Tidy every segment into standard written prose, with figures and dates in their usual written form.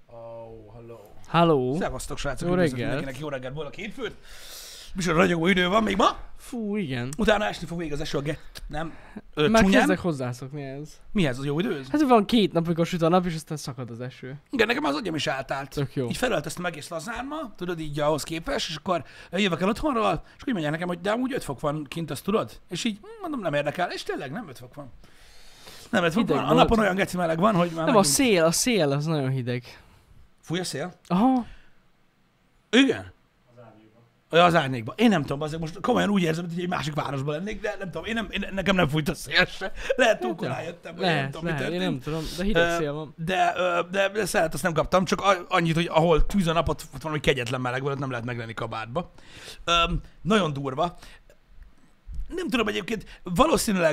Oh, hello. Halló. Szevasztok, srácok. Jó Üdvözlök reggelt. mindenkinek, jó reggelt, boldog hétfőt. Micsoda ragyogó idő van még ma. Fú, igen. Utána esni fog még az eső a get, nem? Már Csúnyán. kezdek hozzászokni ehhez. Mihez az jó idő? Ez? Hát van 2 nap, amikor süt a nap, és aztán szakad az eső. Igen, nekem az agyam is átállt. Tök jó. Így felöltöztem egész lazán ma, tudod, így ahhoz képest, és akkor jövök el otthonról, és akkor így mondják nekem, hogy de amúgy 5 fok van kint, azt tudod? És így mondom, nem érdekel, és tényleg nem 5 fok van. Nem 5 fok Hideg van. A volt. napon olyan geci meleg van, hogy már Nem, a szél az nagyon hideg. Fúj a szél? Aha. Igen. Az árnyékban. Én nem tudom, azért most komolyan úgy érzem, hogy egy másik városban lennék, de nem tudom, nekem nem fújt a szél se. Lehet túl korán jöttem, vagy nem tudom, mi Lehet, én történt. nem tudom, de hideg szél van. De szeret azt nem kaptam, csak annyit, hogy ahol tűz a napot, ott valami kegyetlen meleg volt, nem lehet meglenni kabátba. Nagyon durva. Nem tudom egyébként, valószínűleg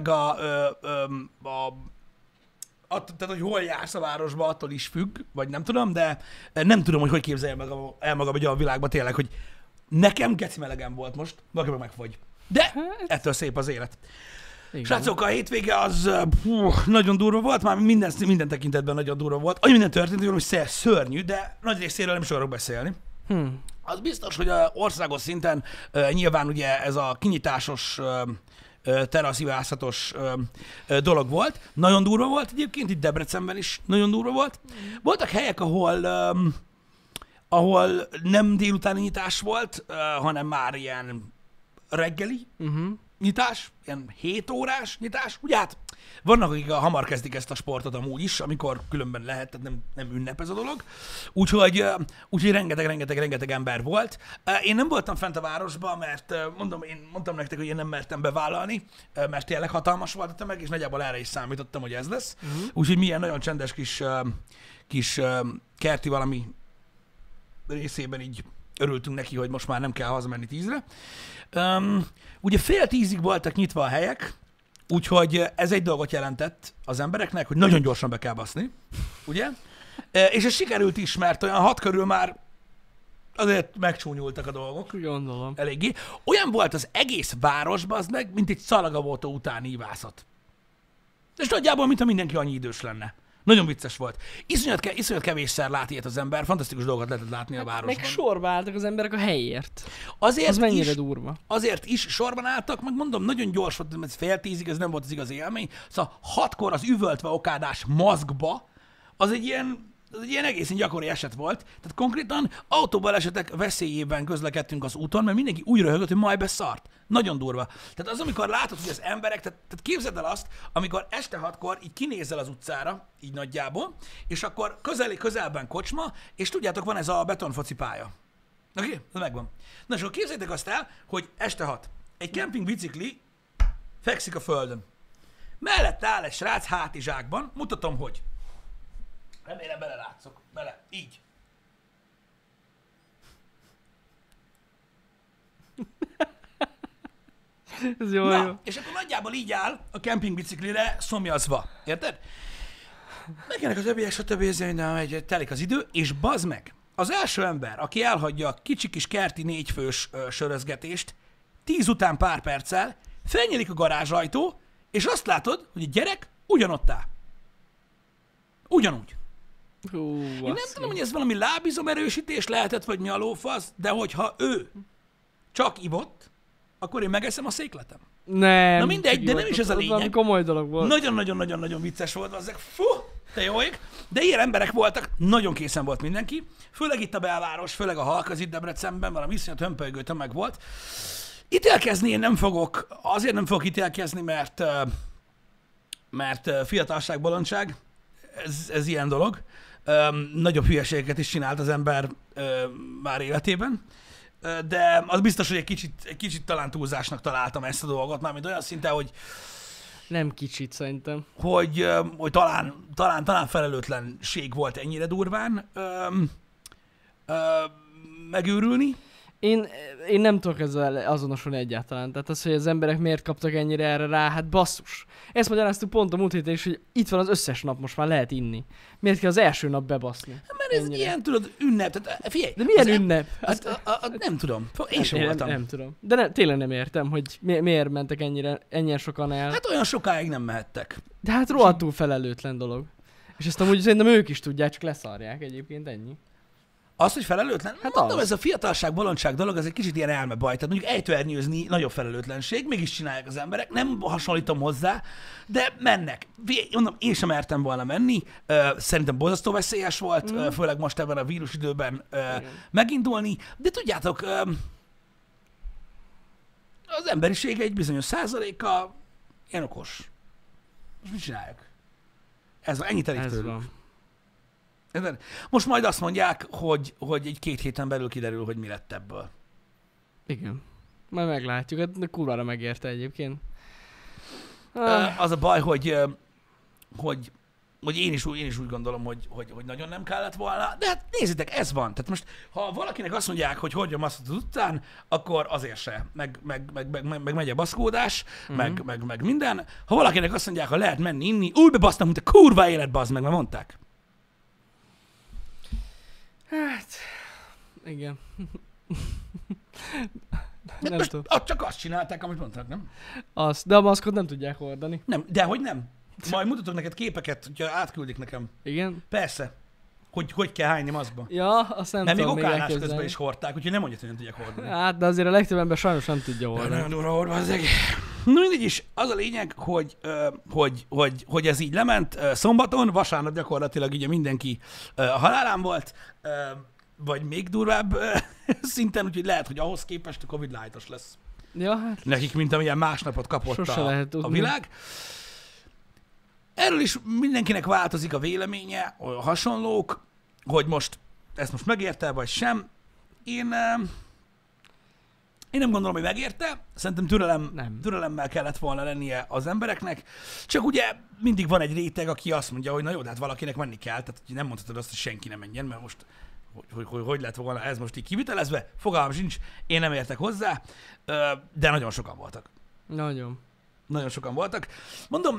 tehát, hogy hol jársz a városba, attól is függ, vagy nem tudom, de nem tudom, hogy képzeljem el magam egy olyan világban tényleg, hogy nekem geci melegem volt most, valakiben megfogy. De ettől szép az élet. Igen. Srácok, a hétvége az nagyon durva volt, már minden tekintetben nagyon durva volt. Annyi minden történt, hogy valami szörnyű, de nagy részéről nem is akarok beszélni. Az biztos, hogy a országos szinten nyilván ugye ez a kinyitásos, teraszivászatos dolog volt. Nagyon durva volt egyébként, itt Debrecenben is nagyon durva volt. Voltak helyek, ahol nem délutáni nyitás volt, hanem már ilyen reggeli nyitás, ilyen 7 órás nyitás. Ugye hát vannak, akik hamar kezdik ezt a sportot amúgy is, amikor különben lehet, tehát nem ünnep ez a dolog. Úgyhogy rengeteg ember volt. Én nem voltam fent a városban, mert én mondtam nektek, hogy én nem mertem bevállalni, mert tényleg hatalmas volt a tömeg, és nagyjából erre is számítottam, hogy ez lesz. Úgyhogy milyen nagyon csendes kis kerti valami részében így örültünk neki, hogy most már nem kell hazamenni 10-re. Ugye 9:30 voltak nyitva a helyek, úgyhogy ez egy dolgot jelentett az embereknek, hogy nagyon gyorsan be kell baszni, ugye? És ez sikerült is, mert olyan 6 körül már azért megcsúnyultak a dolgok. Gondolom. Eléggé. Olyan volt az egész városban, az meg, mint egy szalagavótó utáni ivászat. És nagyjából, mintha mindenki annyi idős lenne. Nagyon vicces volt. Iszonyat kevésszer lát ilyet az ember, fantasztikus dolgokat lehetett látni a városban. Meg sorba álltak az emberek a helyért. Azért Az mennyire is, durva. Azért is sorban álltak, meg mondom, nagyon gyors volt, ez 9:30, ez nem volt az igazi élmény. Szóval 6-kor az üvöltve okádás maszkba, az egy ilyen egészen gyakori eset volt. Tehát konkrétan autóbalesetek veszélyében közlekedtünk az úton, mert mindenki úgy röhögött, hogy majd beszart. Nagyon durva. Tehát az, amikor látod, hogy az emberek, tehát képzeld el azt, amikor este 6-kor így kinézel az utcára, így nagyjából, és akkor közelben kocsma, és tudjátok, van ez a betonfocipálya. Oké? Ez megvan. Na és akkor képzeljétek azt el, hogy este 6. Egy kempingbicikli fekszik a földön. Mellett áll egy srác hátizsákban, mutatom, hogy. Remélem belelátszok. Bele. Így. Ez jó, Na, jó. és akkor nagyjából így áll a kempingbiciklire szomjazva. Érted? Megjelennek az öbbiek, stb. Telik az idő, és bazd meg, az első ember, aki elhagyja a kicsi kis kerti 4 fős sörözgetést, 10 után pár perccel, felnyílik a garázsajtó, és azt látod, hogy a gyerek ugyanott áll. Ugyanúgy. Én nem tudom, hogy ez valami lábizomerősítés lehetett, vagy mi a lófasz, de hogyha ő csak ivott, akkor én megeszem a székletem. Nem. Na mindegy, de nem is ez a lényeg. Valami komoly dolog volt. Nagyon-nagyon vicces volt, azzal. Fú, te jó ég. De ilyen emberek voltak, nagyon készen volt mindenki. Főleg itt a belváros, főleg a Halkaz itt Debrecenben, valami iszonyat hömpölygő tömeg volt. Ítélkezni én nem fogok, azért nem fogok ítélkezni, mert fiatalság, bolondság, ez ilyen dolog. Nagyobb hülyeségeket is csinált az ember már életében. De az biztos, hogy egy kicsit talán túlzásnak találtam ezt a dolgot, mármint olyan szinten, hogy Nem kicsit szerintem. hogy talán felelőtlenség volt ennyire durván megőrülni. Én nem tudok ezzel azonosulni egyáltalán. Tehát az, hogy az emberek miért kaptak ennyire erre rá, hát basszus. Ezt magyaráztuk pont a múlt héten is, hogy itt van az összes nap, most már lehet inni. Miért kell az első nap bebaszni? Mert ez ennyire? ilyen, tudod, ünnep. Tehát, figyelj, De milyen az ünnep? nem tudom. Én sem voltam. Nem tudom. De tényleg nem értem, hogy miért mentek ennyien sokan el. Hát olyan sokáig nem mehettek. De hát rohadtul felelőtlen dolog. És ezt amúgy szerintem ők is tudják, csak leszarják egyébként, ennyi. Az, hogy felelőtlen? Hát Mondom, az. ez a fiatalság, bolondság dolog, ez egy kicsit ilyen elmebaj. Tehát mondjuk ejtőernyőzni nagyobb felelőtlenség, mégis csinálják az emberek, nem hasonlítom hozzá, de mennek. Mondom, én sem mertem volna menni, szerintem borzasztó veszélyes volt, főleg most ebben a vírusidőben megindulni, de tudjátok, az emberiség egy bizonyos százaléka ilyen okos. Most mit csinálják? Ez van, ennyit elég Ez tőlük. van. Most majd azt mondják, hogy egy 2 héten belül kiderül, hogy mi lett ebből. Igen. Majd meglátjuk, hát kurvára megérte egyébként. Az a baj, hogy én is úgy gondolom, hogy nagyon nem kellett volna, de hát nézzétek, ez van. Tehát most, ha valakinek azt mondják, hogy hordjam azt az után, akkor azért se. Meg megy a baszkódás, meg minden. Ha valakinek azt mondják, ha lehet menni inni, úgy bebasznak, mint a kurva élet, bazd meg, mert mondták. Hát, igen. De Nem most tudom. csak azt csinálták, amit mondtak, nem? De a maszkot nem tudják hordani. Nem, dehogy nem. Majd mutatok neked képeket, hogyha átküldik nekem. Igen? Persze. Hogy kell hányni maszkba. Ja, azt nem Mert még tudom okálás elképzelni. közben is hordták, úgyhogy nem mondja, hogy nem tudják hordani. Hát, de azért a legtöbb ember sajnos nem tudja De hordani. nagyon durva hordva az egész. No mindegy is, az a lényeg, hogy ez így lement szombaton, vasárnap gyakorlatilag ugye mindenki a halálán volt, vagy még durvább szinten, úgyhogy lehet, hogy ahhoz képest a Covid lightos lesz. Ja, hát Nekik, mint amilyen másnapot kapott Sose lehet a tudni. világ. Erről is mindenkinek változik a véleménye, hasonlók, hogy ezt most megérte, vagy sem. Én nem gondolom, hogy megérte. Szerintem Nem. türelemmel kellett volna lennie az embereknek. Csak ugye mindig van egy réteg, aki azt mondja, hogy na jó, de hát valakinek menni kell. Tehát nem mondhatod azt, hogy senki nem menjen, mert most hogy lett volna ez most így kivitelezve. Fogalmam sincs, én nem értek hozzá, de nagyon sokan voltak. nagyon. Nagyon sokan voltak. Mondom,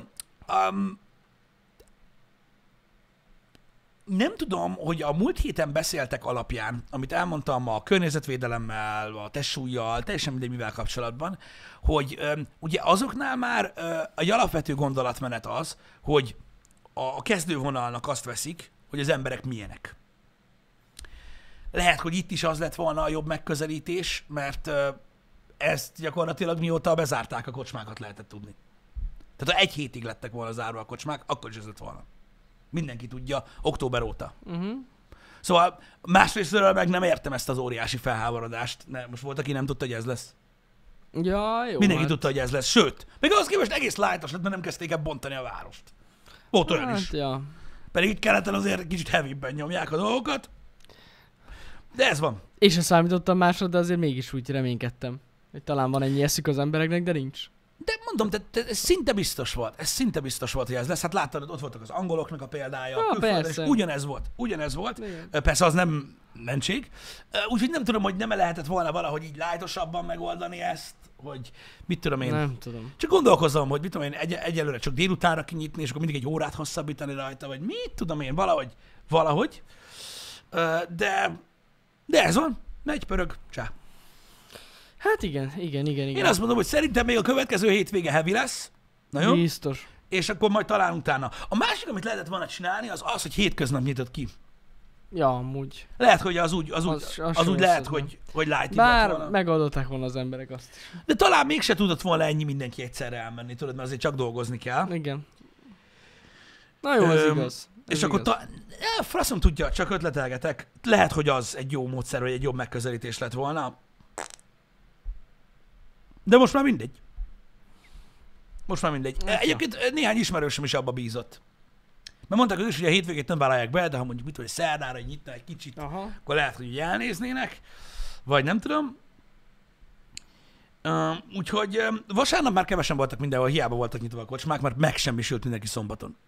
nem tudom, hogy a múlt héten beszéltek alapján, amit elmondtam a környezetvédelemmel, a testsúllyal, teljesen mindegy mivel kapcsolatban, hogy ugye azoknál már egy alapvető gondolatmenet az, hogy a kezdővonalnak azt veszik, hogy az emberek milyenek. Lehet, hogy itt is az lett volna a jobb megközelítés, mert ezt gyakorlatilag mióta bezárták a kocsmákat lehetett tudni. Tehát ha 1 hétig lettek volna zárva a kocsmák, akkor is ez lett volna. Mindenki tudja, október óta. Szóval másrésztről meg nem értem ezt az óriási felháborodást. Most volt, aki nem tudta, hogy ez lesz. Ja, jó. Mindenki hát. tudta, hogy ez lesz. Sőt, még ahhoz képest egész lájtos lett, mert nem kezdték el bontani a várost. Volt olyan Hát, is. ja. Pedig itt keleten azért kicsit heavybben nyomják a dolgokat. De ez van. És se számítottam másra, de azért mégis úgy reménykedtem, hogy talán van ennyi eszük az embereknek, de nincs. De mondom, ez szinte biztos volt. Ez szinte biztos volt, hogy ez lesz. Hát láttad, ott voltak az angoloknak a példája, Ja, külföldön, és persze. ugyanez volt. Igen. Persze az nem mentség. Úgyhogy nem tudom, hogy nem lehetett volna valahogy így lájtosabban megoldani ezt, hogy mit tudom én. Nem tudom. Csak gondolkozom, hogy mit tudom én, egyelőre csak délutánra kinyitni, és akkor mindig egy órát hosszabbítani rajta, vagy mit tudom én, valahogy. De ez van, megy, pörög, csá. Hát igen. Én azt mondom, hogy szerintem még a következő hétvége heavy lesz. Na jó? Biztos. És akkor majd talán utána. A másik, amit lehetett volna csinálni, az, hogy hétköznap nyitott ki. Ja, amúgy. Lehet, hogy az úgy sem lehet, rossz, hogy light lett Bár volna. megoldották volna az emberek azt is. De talán mégse tudott volna ennyi mindenki egyszerre elmenni, tudod, mert azért csak dolgozni kell. Igen. Na jó, ez igaz. Ez És akkor igaz. faszom tudja, csak ötletelgetek. Lehet, hogy az egy jó módszer, vagy egy jobb megközelítés lett volna. De most már mindegy. Hát, Egyébként néhány ismerősöm is abba bízott. Mert mondták ők is, hogy a hétvégét nem vállalják be, de ha mondjuk mit tudom, hogy szerdára nyitna egy kicsit, Aha. akkor lehet, hogy így elnéznének. Vagy nem tudom. Úgyhogy vasárnap már kevesen voltak mindenhol, hiába voltak nyitva a kocsmák, mert megsemmisült mindenki szombaton.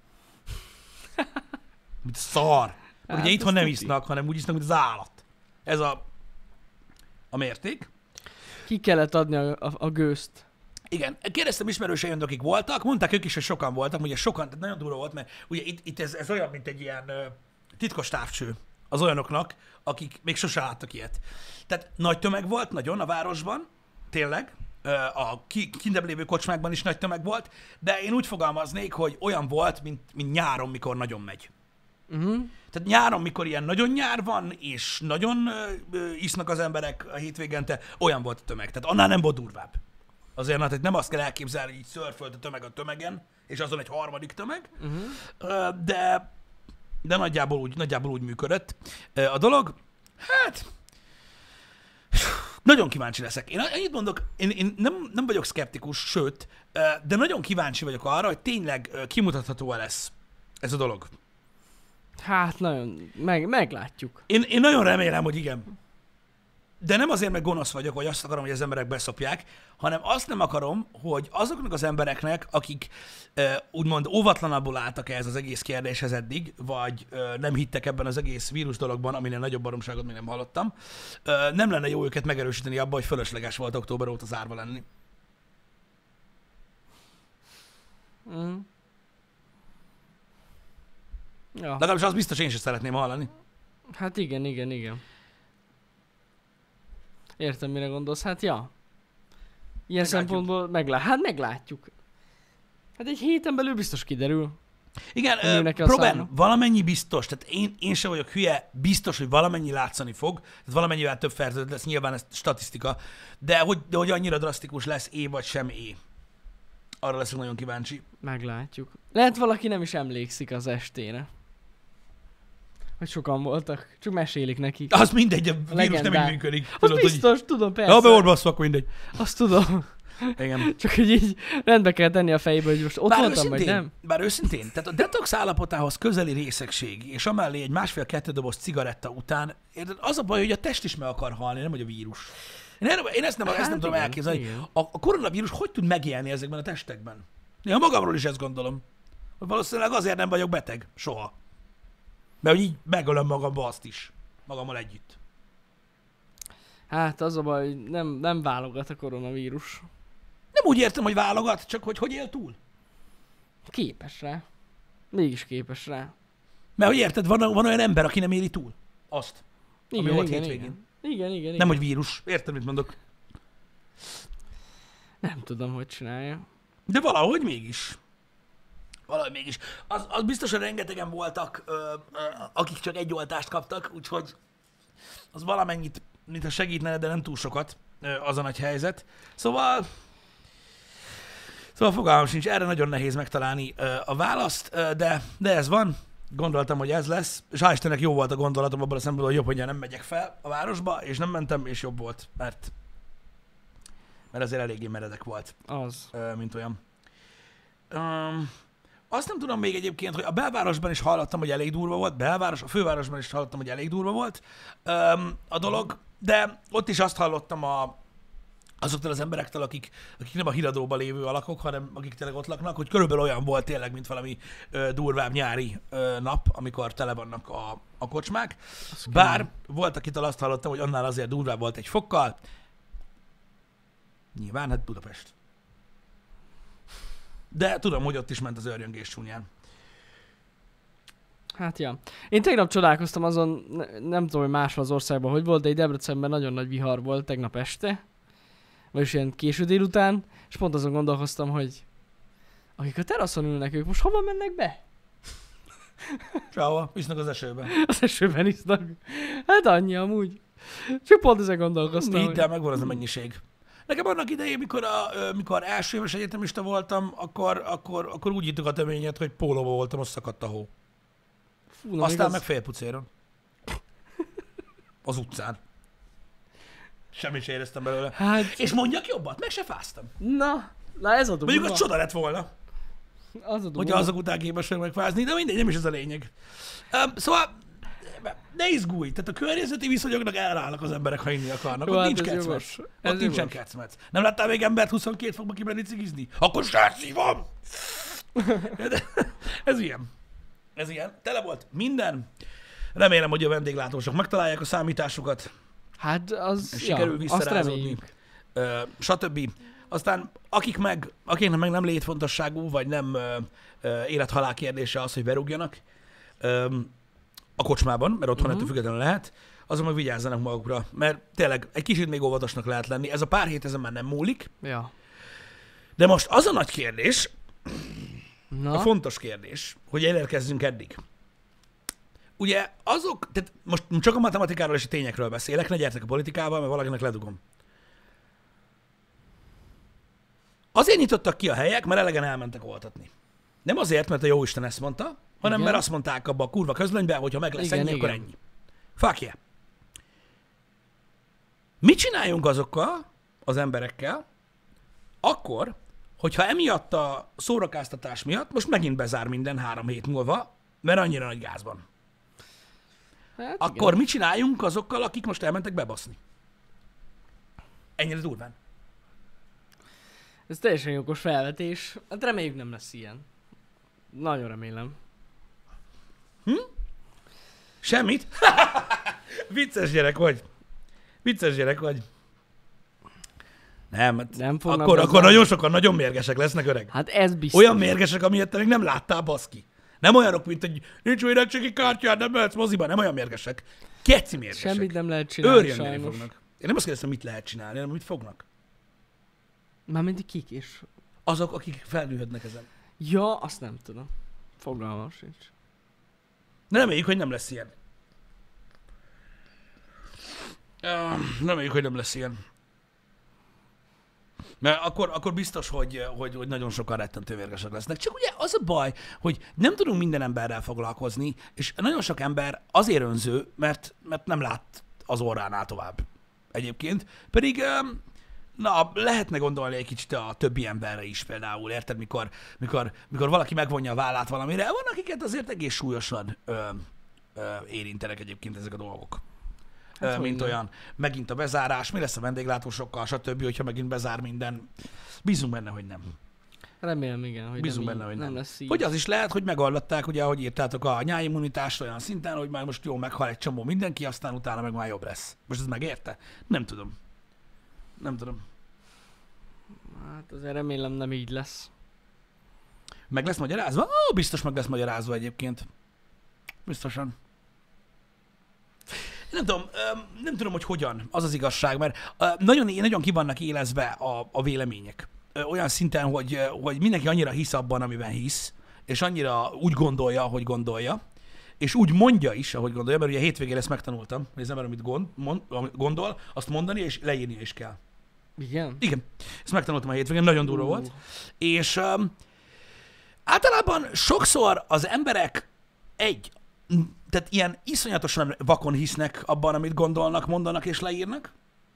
Mint szar. Hát, Ugye itthon ez nem tuti. isznak, hanem úgy isznak, mint az állat. Ez a mérték. Ki kellett adni a gőzt. Igen, kérdeztem ismerőseim, akik voltak, mondták ők is, hogy sokan voltak, ugye sokan, tehát nagyon durva volt, mert ugye itt ez olyan, mint egy ilyen titkos távcső az olyanoknak, akik még sose láttak ilyet. Tehát nagy tömeg volt, nagyon a városban, tényleg, a kindebb lévő kocsmákban is nagy tömeg volt, de én úgy fogalmaznék, hogy olyan volt, mint nyáron, mikor nagyon megy. Tehát nyáron, mikor ilyen nagyon nyár van, és nagyon isznak az emberek a hétvégente, olyan volt a tömeg. Tehát annál nem volt durvább. Azért tehát nem azt kell elképzelni, hogy így szörfölt a tömeg a tömegen, és azon egy harmadik tömeg, de nagyjából úgy működött a dolog. Hát, nagyon kíváncsi leszek. Én annyit mondok, én nem vagyok szkeptikus, sőt, de nagyon kíváncsi vagyok arra, hogy tényleg kimutatható lesz ez a dolog. Hát nagyon, meglátjuk. Én nagyon remélem, hogy igen. De nem azért, mert gonosz vagyok, vagy azt akarom, hogy az emberek beszopják, hanem azt nem akarom, hogy azoknak az embereknek, akik úgymond óvatlanabbul álltak ez az egész kérdéshez eddig, vagy nem hittek ebben az egész vírus dologban, aminél nagyobb baromságot még nem hallottam, nem lenne jó őket megerősíteni abban, hogy fölösleges volt október óta zárva lenni. Ja. Legalábbis azt biztos én sem szeretném hallani. Hát igen. Értem, mire gondolsz. Hát ja. Ilyen szempontból meglátjuk. Hát egy héten belül biztos kiderül. Igen, próbálj, valamennyi biztos, tehát én sem vagyok hülye, biztos, hogy valamennyi látszani fog, tehát valamennyivel több fertőzött lesz, nyilván ez statisztika, de hogy annyira drasztikus lesz vagy sem arra leszünk nagyon kíváncsi. Meglátjuk. Lehet valaki nem is emlékszik az estére. Hogy sokan voltak, csak mesélik nekik. Az mindegy, a vírus nem így működik. Az biztos, tudom, persze. Ha be volt basszva, akkor mindegy. Azt tudom. Igen. Csak hogy így rendbe kell tenni a fejbe, hogy most ott voltam, vagy nem. Bár őszintén, tehát a detox állapotához közeli részegség, és amellé egy 1,5-2 doboz cigaretta után, az a baj, hogy a test is meg akar halni, nem hogy a vírus. Én ezt nem tudom elképzelni. A koronavírus hogy tud megélni ezekben a testekben? Én magamról is ezt gondolom. Hogy valószínűleg azért nem vagyok beteg. Soha. Mert hogy így megölöm magamba azt is. Magammal együtt. Hát az a baj, hogy nem válogat a koronavírus. Nem úgy értem, hogy válogat, csak hogy él túl. Képes rá. Mégis képes rá. Mert hogy érted, van olyan ember, aki nem éli túl. Azt. Ami volt hétvégén. Igen. Nem, hogy vírus. Érted, mit mondok? Nem tudom, hogy csinálja. De valahogy mégis. Az biztos, hogy rengetegen voltak, akik csak egy oltást kaptak, úgyhogy az valamennyit, mintha segítene, de nem túl sokat az a nagy helyzet. Szóval fogalmam sincs, erre nagyon nehéz megtalálni a választ, de ez van. Gondoltam, hogy ez lesz, és hál' Istennek jó volt a gondolatom abban a szempontból, hogy jobb, hogy nem megyek fel a városba, és nem mentem, és jobb volt, mert azért eléggé meredek volt. Az. Mint olyan. Azt nem tudom még egyébként, hogy a belvárosban is hallottam, hogy elég durva volt, a fővárosban is hallottam, hogy elég durva volt a dolog, de ott is azt hallottam azoktól az emberektől, akik nem a híradóban lévő alakok, hanem akik tényleg ott laknak, hogy körülbelül olyan volt tényleg, mint valami durvább nyári nap, amikor tele vannak a kocsmák. Bár volt, akitől azt hallottam, hogy annál azért durvább volt egy fokkal. Nyilván, hát Budapest. De tudom, hogy ott is ment az őrjöngés csúnyán. Hát ja. Én tegnap csodálkoztam azon, nem tudom, hogy máshol az országban hogy volt, de egy Debrecenben nagyon nagy vihar volt tegnap este. Vagyis ilyen késő délután, és pont azon gondolkoztam, hogy akik a teraszon ülnek, ők most hova mennek be? Sehova, isznak az esőben. Az esőben isznak. Hát annyi amúgy. Csak pont ezen gondolkoztam. Hidd el, megvan az a mennyiség. Nekem annak idején, mikor első éves egyetemista voltam, akkor úgy ittuk a töményet, hogy pólóba voltam, azt szakadt a hó. Fú, aztán meg félpucéron. Az utcán. Semmit sem éreztem belőle. Hát... És mondjak jobbat, meg se fáztam. Na ez a durva. Mondjuk a csoda lett volna. Az a durva. Hogyha azok után képes megfázni, de mindegy, nem is ez a lényeg. Szóval ne izgulj, tehát a környezeti viszonyoknak elrállnak az emberek, ha inni akarnak. Ott nincs kecmec. Ott nincsen kecmec. Nem láttál még embert 22 fokba kimenni cigizni? Akkor se szívom! Ez ilyen. Tele volt minden. Remélem, hogy a vendéglátósok megtalálják a számításukat. Hát az, sikerül visszarázódni. Stb. Aztán akiknek meg nem létfontosságú, vagy nem élethalál kérdése az, hogy berúgjanak a kocsmában, mert otthon ettől függetlenül lehet, azon meg vigyázzanak magukra, mert tényleg egy kicsit még óvatosnak lehet lenni. Ez a pár hét ezen már nem múlik. Ja. De most az a nagy kérdés, a fontos kérdés, hogy elérkezzünk eddig. ugye azok, tehát most csak a matematikáról és a tényekről beszélek, ne gyertek a politikával, mert valakinek ledugom. Azért nyitottak ki a helyek, mert elegen elmentek oltatni. Nem azért, mert a jóisten ezt mondta, hanem Igen. mert azt mondták abba a kurva közlönyben, hogy ha meg lesz Igen, ennyi, akkor igen. ennyi. Fuck yeah. Mit csináljunk azokkal, az emberekkel, akkor, hogyha emiatt a szórakoztatás miatt most megint bezár minden 3 hét múlva, mert annyira nagy gázban. Hát Akkor mit csináljunk azokkal, akik most elmentek bebaszni? Ennyire durván. Ez teljesen jogos felvetés. Hát reméljük nem lesz ilyen. Nagyon remélem. Semmit? Vicces gyerek vagy. Vicces gyerek vagy. Nem, hát Nem fognak akkor bezárni. nagyon sokan nagyon mérgesek lesznek, öreg. Hát ez biztos. Olyan mérgesek, amilyet te még nem láttál, baszki. Nem olyanok, mint hogy nincs érettségi kártyád, nem mehetsz moziba, nem olyan mérgesek. Keci mérgesek. Semmit nem lehet csinálni Őrjöngeni sajnos. fognak. Én nem azt kérdeztem, mit lehet csinálni, hanem mit fognak. Mármint kik is. Azok, akik felnőhetnek ezen. Ja, azt nem tudom. Fogalmam sincs. De reméljük, hogy nem lesz ilyen. Reméljük, hogy nem lesz ilyen. Mert akkor biztos, hogy nagyon sokan rettentő mérgesek lesznek. Csak ugye az a baj, hogy nem tudunk minden emberrel foglalkozni, és nagyon sok ember azért önző, mert nem lát az orránál tovább. Egyébként. Pedig lehetne gondolni egy kicsit a többi emberre is például, érted? Mikor valaki megvonja a vállát valamire, van akiket azért egész súlyosan érintenek egyébként ezek a dolgok. Hát, Mint hogyne. olyan. Megint a bezárás, mi lesz a vendéglátósokkal, stb., hogyha megint bezár minden. Bízunk benne, hogy nem. Remélem igen, hogy Bízunk nem, benne, hogy nem. lesz így. Hogy az is lehet, hogy megoldották, ugye, ahogy írtátok, a nyáimmunitást olyan szinten, hogy már most jó meghal egy csomó mindenki, aztán utána meg már jobb lesz. Most ez megérte? Nem tudom. Nem tudom. Hát azért remélem nem így lesz. Meg lesz magyarázva? Biztos meg lesz magyarázva egyébként. Biztosan. Nem tudom, hogy hogyan. Az az igazság, mert nagyon ki vannak élezve a vélemények. Olyan szinten, hogy mindenki annyira hisz abban, amiben hisz, és annyira úgy gondolja, ahogy gondolja, és úgy mondja is, ahogy gondolja, mert ugye hétvégén ezt megtanultam, hogy az ember, amit gondol, azt mondani, és leírni is kell. Igen? Igen, ezt megtanultam a hétvégén, nagyon durva volt. És általában sokszor az emberek tehát ilyen iszonyatosan vakon hisznek abban, amit gondolnak, mondanak és leírnak,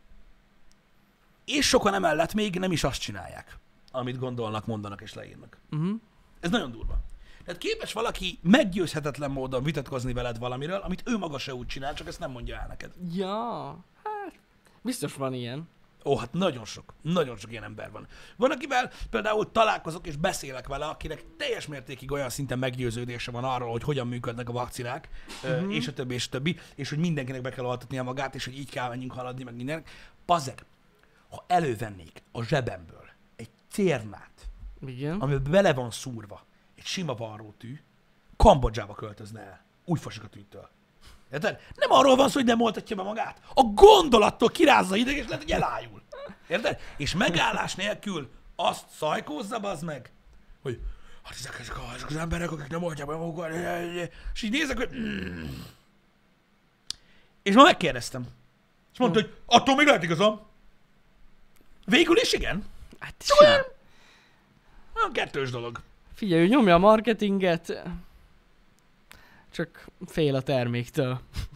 és sokan emellett még nem is azt csinálják, amit gondolnak, mondanak és leírnak. Uh-huh. Ez nagyon durva. Tehát képes valaki meggyőzhetetlen módon vitatkozni veled valamiről, amit ő maga se úgy csinál, csak ezt nem mondja el neked. Ja, hát biztos van ilyen. Ó, hát nagyon sok ilyen ember van. Van, akivel például találkozok és beszélek vele, akinek teljes mértékig olyan szinten meggyőződése van arról, hogy hogyan működnek a vakcinák, és a többi, és hogy mindenkinek be kell oltatnia magát, és hogy így kell menjünk haladni, meg mindenek. Pazzeg, ha elővennék a zsebemből egy cérnát, Igen. amiben bele van szúrva egy sima varrótű, Kambodzsába költözne el. Úgy fosik a tűtől. Érted? Nem arról van szó, hogy nem oltatja be magát. A gondolattól kirázza ideg, és lehet, hogy elájul. Érted? És megállás nélkül azt szajkózza, bazd meg, hogy hát ezek az emberek, akik nem oltják be magukat, és így nézek, hogy És ma megkérdeztem. És mondta, hogy attól még lehet igazam. Végül is igen. Hát Csak sem. olyan kettős dolog. Figyelj, ő nyomja a marketinget, csak fél a terméktől.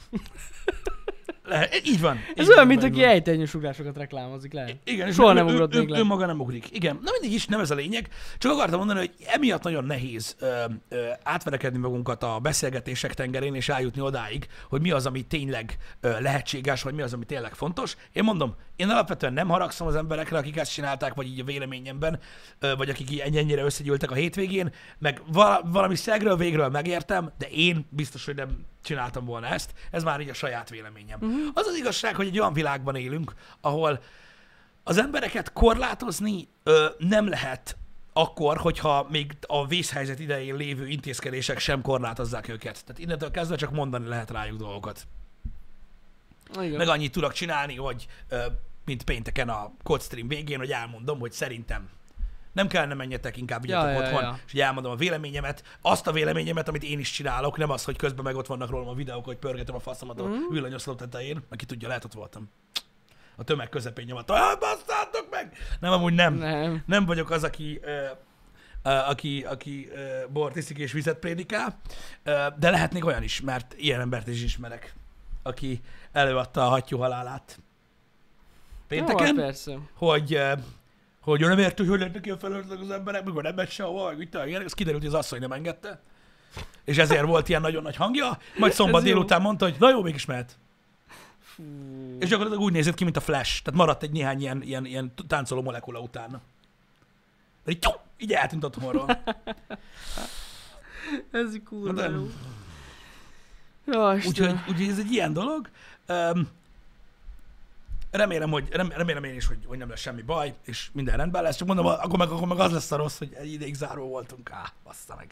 Így van. Ez Így olyan, van, mint így aki van. ejtőernyős ugrásokat reklámozik le. Igen, és Soha nem ugrott még le. ő maga nem ugrik. Igen. Na mindig is, nem ez a lényeg. Csak akartam mondani, hogy emiatt nagyon nehéz átverekedni magunkat a beszélgetések tengerén, és eljutni odáig, hogy mi az, ami tényleg lehetséges, vagy mi az, ami tényleg fontos. Én mondom, én alapvetően nem haragszom az emberekre, akik ezt csinálták, vagy így a véleményemben, vagy akik így ennyire összegyűltek a hétvégén, meg valami szegről végről megértem, de én biztos, hogy nem csináltam volna ezt, ez már így a saját véleményem. Az az igazság, hogy egy olyan világban élünk, ahol az embereket korlátozni nem lehet akkor, hogyha még a vészhelyzet idején lévő intézkedések sem korlátozzák őket. Tehát innentől kezdve csak mondani lehet rájuk dolgokat. Igen. Meg annyit tudok csinálni, hogy mint pénteken a Code Stream végén, hogy elmondom, hogy szerintem Nem kellene menjetek, inkább vigyetek otthon, és így elmondom a véleményemet, azt a véleményemet, amit én is csinálok, nem az, hogy közben meg ott vannak rólam a videók, hogy pörgetem a faszomat a villanyoszló tetején, meg ki tudja, lehet ott voltam. A tömeg közepén nyomat, basszátok meg! Nem, amúgy nem. Nem vagyok az, aki bort iszik és vizet prédikál, de lehetnék olyan is, mert ilyen embert is ismerek, aki előadta a hattyú halálát pénteken, jó, persze. hogy nem értő, hogy lehetnek ilyen felelőtlenek az emberek, mikor nem megy sehova, vagy mit tudom, az kiderült, hogy az asszony nem engedte, és ezért volt ilyen nagyon nagy hangja, majd szombat délután mondta, hogy na jó, mégis mehet. És gyakorlatilag úgy nézett ki, mint a Flash, tehát maradt egy néhány ilyen táncoló molekula utána. De így eltűnt otthonról. Ez kurva jó. Ja, úgyhogy ez egy ilyen dolog. Remélem én is, hogy nem lesz semmi baj, és minden rendben lesz. Csak mondom, akkor meg az lesz a rossz, hogy egy ideig záró voltunk. Bassza meg.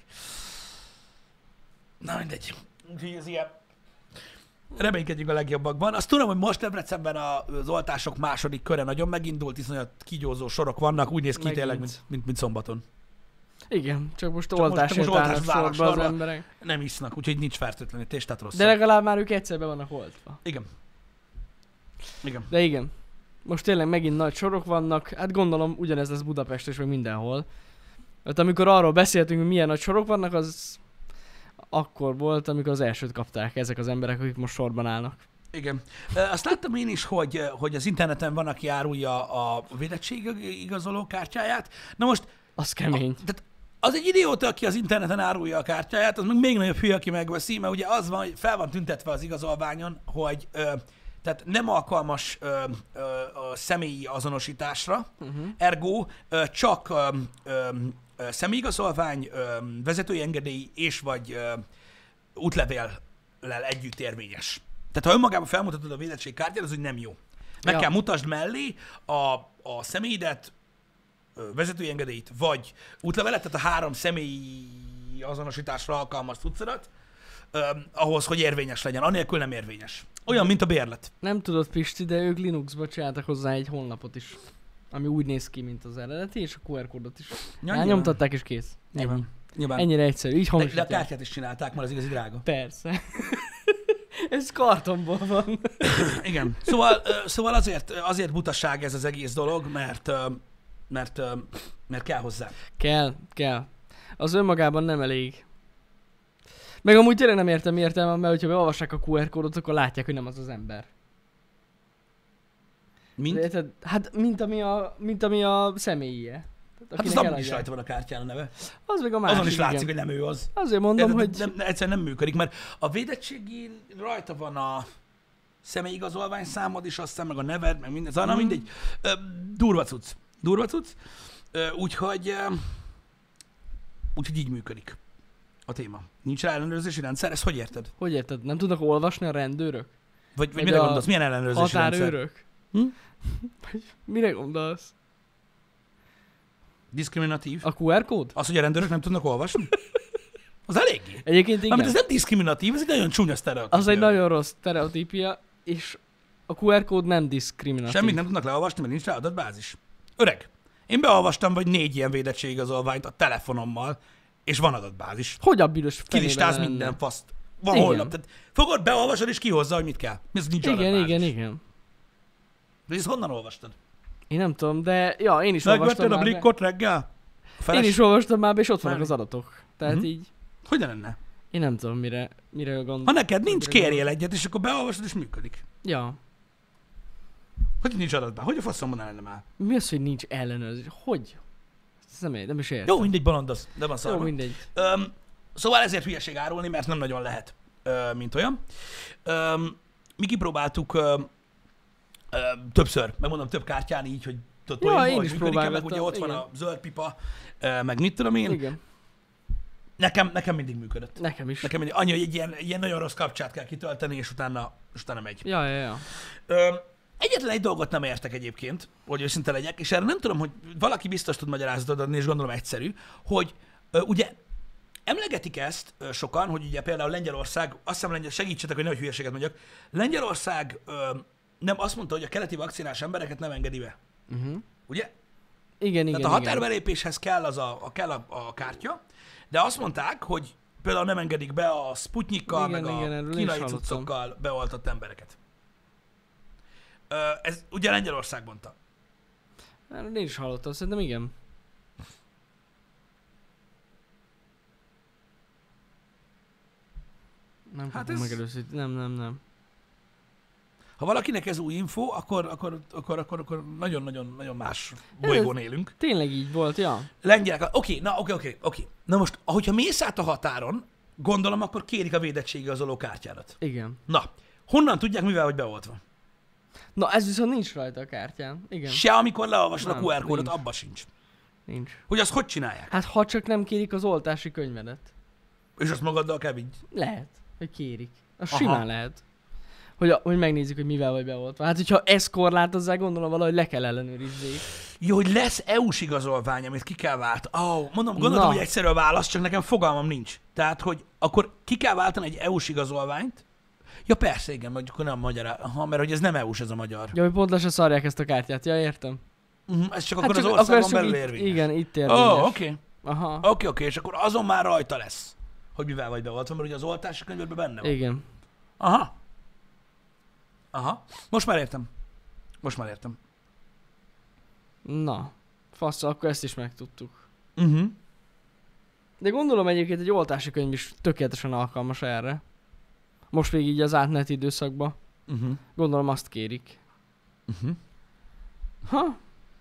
Na mindegy. Úgyhogy ez ilyen. Reménykedjünk a legjobbakban. Azt tudom, hogy most Debrecenben az oltások második köre nagyon megindult, iszonyat kígyózó sorok vannak, úgy néz ki tényleg, mint szombaton. Igen, csak most oltásért állnak sorba az emberek. Nem isznak, úgyhogy nincs fertőtlenítés, tehát rossz. De legalább már ők egyszer be vannak oltva. Igen. De igen. Most tényleg megint nagy sorok vannak, hát gondolom ugyanez lesz Budapest és meg mindenhol. Mert amikor arról beszéltünk, hogy milyen nagy sorok vannak, az akkor volt, amikor az elsőt kapták ezek az emberek, akik most sorban állnak. Igen. Azt láttam én is, hogy az interneten van, aki árulja a védettségigazoló kártyáját. Na most... Az kemény. Tehát az egy idióta, aki az interneten árulja a kártyáját, az meg még nagyobb hülye, aki megveszi, mert ugye az van, hogy fel van tüntetve az igazolványon, hogy tehát nem alkalmas a személyi azonosításra, ergo csak személyigazolvány, vezetői engedély és vagy útlevéllel együtt érvényes. Tehát ha önmagában felmutatod a védettségkártyát, az úgy nem jó. Meg kell mutasd mellé a személyidet, vezetői engedélyt, vagy útlevelet, tehát a 3 személyi azonosításra alkalmas cuccodat, ahhoz, hogy érvényes legyen. Anélkül nem érvényes. Olyan, mint a bérlet. Nem tudod, Pisti, de ők Linuxba csináltak hozzá egy honlapot is, ami úgy néz ki, mint az eredeti, és a QR kódot is. Nyomtatták, és kész. Nyilván. Ennyire egyszerű, így hamisítják. De a kártyát is csinálták, mert az igazi drága. Persze. Ez kartonból van. Igen. Szóval azért butaság ez az egész dolog, mert kell hozzá. Kell. Az önmagában nem elég. Meg amúgy tényleg nem értem értelme, mert hogyha beolvassák a QR kódot, akkor látják, hogy nem az az ember. Mint? Hát, mint ami a személyie. Hát az abban is rajta van a kártyán a neve. Az meg a másik. Azon is látszik, hogy nem ő az. Azért mondom, hogy... Egyszerűen nem működik, mert a védettségén rajta van a személyigazolvány számod is, aztán meg a neved, meg minden. Szóval mindegy. Durva cucc. Úgyhogy így működik a téma. Nincs rá ellenőrzési rendszer? Ezt hogy érted? Hogy érted? Nem tudnak olvasni a rendőrök? Vagy mire gondolsz? Milyen ellenőrzési határőrök? Mire gondolsz? Diszkriminatív. A QR kód? Az, hogy a rendőrök nem tudnak olvasni? Az eléggé. Egyébként igen. Amit ez nem diszkriminatív, ez egy nagyon csúnya sztereotípia. Az egy nagyon rossz sztereotípia, és a QR kód nem diszkriminatív. Semmit nem tudnak leolvasni, mert nincs rá adatbázis. Öreg, én beolvastam vagy 4 ilyen védettségigazolványt a telefonommal, és van adatbázis. Hogy a büdös fenében kilistáz minden faszt. Van holnap. Tehát fogod, beolvasod, és kihozza, hogy mit kell. Ez nincs adatbázis. Igen. De ezt honnan olvastad? Én nem tudom, de ja, én is olvastam már. Megvetted a blikkot reggel? Én is olvastam már, és ott vannak az adatok. Tehát így... Hogyan lenne? Én nem tudom, mire gondolom. Ha neked nincs, kérjél egyet, és akkor beolvasod, és működik. Ja. Hogy nincs adatban? Hogy a faszomban lenne már? Mi az, hogy nincs ellenőrzés? Hogy? Nem is értem. Jó, mindegy, balandasz, de van szarva. Jó, mindegy. Szóval ezért hülyeség árulni, mert nem nagyon lehet, mint olyan. Mi kipróbáltuk többször, megmondom, több kártyán így, hogy tudod, én is próbáltam. Meg ugye ott van a zöld pipa, meg mit tudom én. Igen. Nekem mindig működött. Nekem is. Nekem mindig. Annyi, hogy egy ilyen nagyon rossz kapcsát kell kitölteni, és utána megy. Ja. Egyetlen egy dolgot nem értek egyébként, hogy őszinte legyek, és erre nem tudom, hogy valaki biztos tud magyarázatot adni, és gondolom egyszerű, hogy ugye emlegetik ezt sokan, hogy ugye például Lengyelország, azt hiszem, segítsetek, hogy nehogy hülyeséget mondjak, Lengyelország nem azt mondta, hogy a keleti vakcinás embereket nem engedi be. Ugye? Igen, Tehát igen, a igen. határbelépéshez kell, kell a kártya, de azt mondták, hogy például nem engedik be a Sputnikkal, Igen, meg igen, a erről is kínai hallottam. cuccokkal beoltott embereket. Ez ugye Lengyelország mondta. Erről én is hallottam, szerintem igen. Nem Hát kapom ez- megelőzést. Nem. Ha valakinek ez új info, akkor nagyon más bolygón élünk. Tényleg így volt, ja? Lengyelek, oké. Na most, ahogyha mész át a határon, gondolom, akkor kérik a védettségigazoló kártyádat. Igen. Na, honnan tudják, mivel vagy beoltva? Na, ez viszont nincs rajta a kártyán. Igen. Se amikor leolvasod a Nem, QR kódot, nincs. abba sincs. Nincs. Hogy azt hogy csinálják? Hát ha csak nem kérik az oltási könyvedet. És azt magaddal kell vigy. Lehet, hogy kérik. Az Aha. simán lehet. Hogy megnézzük, hogy mivel vagy beoltva. Hát, hogyha ezt korlátozzák, gondolom valahogy le kell ellenőrizzék. Jó, hogy lesz EU-s igazolvány, amit ki kell váltani. Gondoltam, Na. hogy egyszerű a válasz, csak nekem fogalmam nincs. Tehát, hogy akkor ki kell váltani egy EU-s igazolványt. Ja persze, igen, mert akkor nem magyar. Mert hogy ez nem EU-s, ez a magyar. Ja, hogy pont le se szarják ezt a kártyát. Ja, értem. Ez csak Hát akkor csak, az országon ez csak belül itt, érvényes. igen, itt érvényes. Oké. Aha. Oké, és akkor azon már rajta lesz, hogy mivel vagy beoltva, mert ugye az oltási könyvben benne van. Igen. Aha. Most már értem. Na. Fasz, akkor ezt is megtudtuk. Uh-huh. De gondolom egyébként egy oltási könyv is tökéletesen alkalmas erre. Most még így az átmeneti időszakban. Uh-huh. Gondolom azt kérik. Uh-huh. Ha?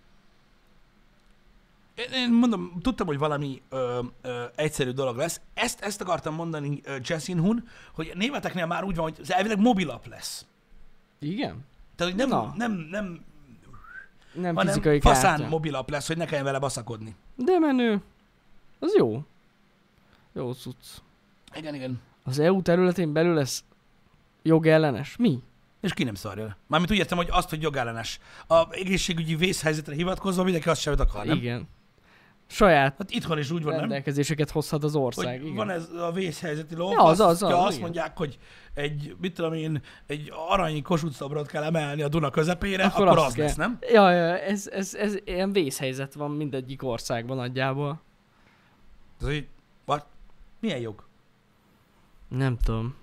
Én mondom, tudtam, hogy valami egyszerű dolog lesz. Ezt akartam mondani Jessin Hun, hogy a németeknél már úgy van, hogy az elvileg mobilap lesz. Igen? Tehát, hogy Na. nem Nem hanem fizikai faszán kártya. mobilap lesz, hogy ne kelljen vele baszakodni. De menő. Az jó. Jó cucc. Igen. Az EU területén belül ez jogellenes? Mi? És ki nem szarja le. Mármint úgy értem, hogy azt, hogy jogellenes. A egészségügyi vészhelyzetre hivatkozva mindenki azt sem akar, nem? Igen. Saját Hát itthon is úgy van, nem? rendelkezéseket hozhat az ország. Hogy Igen. van ez a vészhelyzeti ló, Ja, az, azt igen. mondják, hogy egy aranyi Kossuth szobrot kell emelni a Duna közepére, akkor azt az kell. lesz, nem? Ja, ez ilyen vészhelyzet van mindegyik országban nagyjából. Ez így, what? Milyen jog? Nem tudom.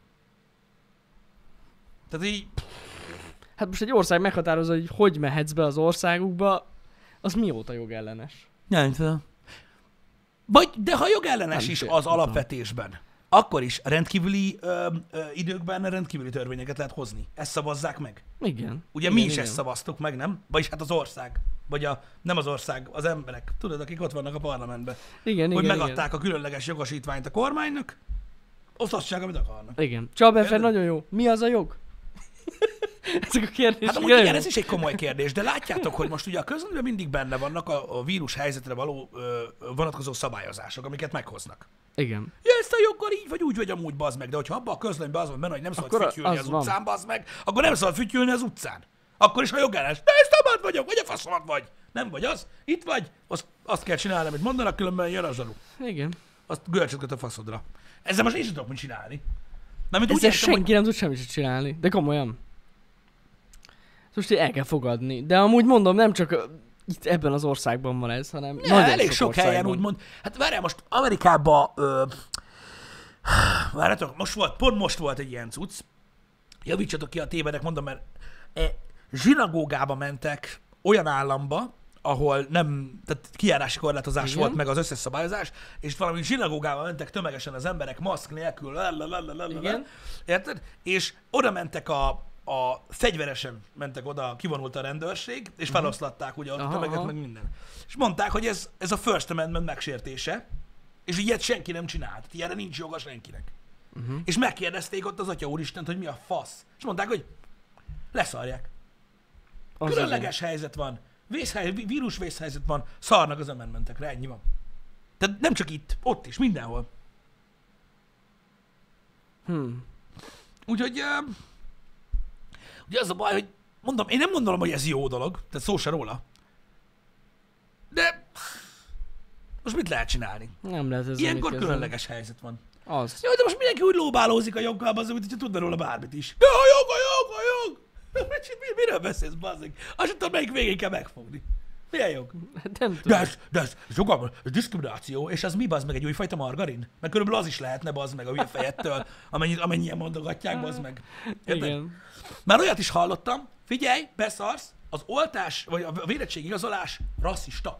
Tehát így, Hát most egy ország meghatározza, hogy mehetsz be az országukba, az mióta jogellenes? nem tudom. De ha jogellenes Nem is tudom, az nem tudom. alapvetésben, akkor is rendkívüli időkben rendkívüli törvényeket lehet hozni. Ezt szavazzák meg. Igen. Ugye igen, mi is igen. ezt szavaztuk meg, nem? Vagyis hát az ország. Vagy nem az ország, az emberek. Tudod, akik ott vannak a parlamentben. Igen, Hogy igen, megadták a különleges jogosítványt a kormánynak, osztassák, amit akarnak. igen. Csabeffer Érted? nagyon jó. Mi az a jog? Ezek a kérdések. Hát amúgy nagyon igen, jó. ez is egy komoly kérdés, de látjátok, hogy most ugye a közönyben mindig benne vannak a vírus helyzetre való vonatkozó szabályozások, amiket meghoznak. Igen. Ja, ezt a joggal így vagy úgy vagy amúgy, bazd meg, de hogyha abban a közlönyben az van benne, hogy nem szabad Akkor fütyülni az az van. utcán, bazd meg, akkor nem szabad fütyülni az utcán. Akkor is, ha jogellenes. De ez szabad vagyok, vagy a faszomat vagy. Nem vagy az, itt vagy, azt kell csinálni, amit mondanak, különben jön az alul. Igen. Azt görcsöt köt a faszodra. Ezzel most én sem tudok mit csinálni. Nem, úgy Ezzel értem, hogy senki nem tud semmit sem csinálni. De komolyan. Most így el kell fogadni. De amúgy mondom, nem csak itt ebben az országban van ez, hanem ja, nagyon elég sok helyen országban. úgymond. Hát várjál, most Amerikában, várjátok, pont most volt egy ilyen cucc. Javítsatok ki a tévedek, mondom, mert zsinagógába mentek olyan államba, ahol nem, tehát kijárási korlátozás Igen. volt, meg az összes szabályozás, és valami zsinagógába mentek tömegesen az emberek, maszk nélkül, Igen. érted? És oda mentek a fegyveresen mentek oda, kivonult a rendőrség, és feloszlatták ugye ott a Aha, tömeget, aha. meg minden. És mondták, hogy ez a First Amendment megsértése, és ilyet senki nem csinált. Ilyenre nincs joga senkinek. És megkérdezték ott az Atya Úristent, hogy mi a fasz. És mondták, hogy leszarják. Az Különleges helyzet van. Vírus vészhelyzet van. Szarnak az amendmentekre, ennyi van. Tehát nem csak itt, ott is, mindenhol. Úgyhogy ugye az a baj, hogy mondom, én nem gondolom, hogy ez jó dolog, tehát szó se róla. De most mit lehet csinálni? Nem lehet ez. Ilyenkor különleges helyzet van. Az. Jó, de most mindenki úgy lóbálózik a joggal, az, mint hogyha tudna róla bármit is. Ja, a jog! Miről beszélsz, bazzik? Azt sem tudom, melyik végén kell megfogni. Milyen jog? Nem tudom. De ez jogam, ez diszkrimináció, és az mi, bazd meg, egy újfajta margarin? Mert körülbelül az is lehetne, bazd meg, a hülye fejettől, amennyien mondogatják, bazd meg. Érted? Igen. Már olyat is hallottam, figyelj, beszarsz, az oltás, vagy a vérettség igazolás rasszista.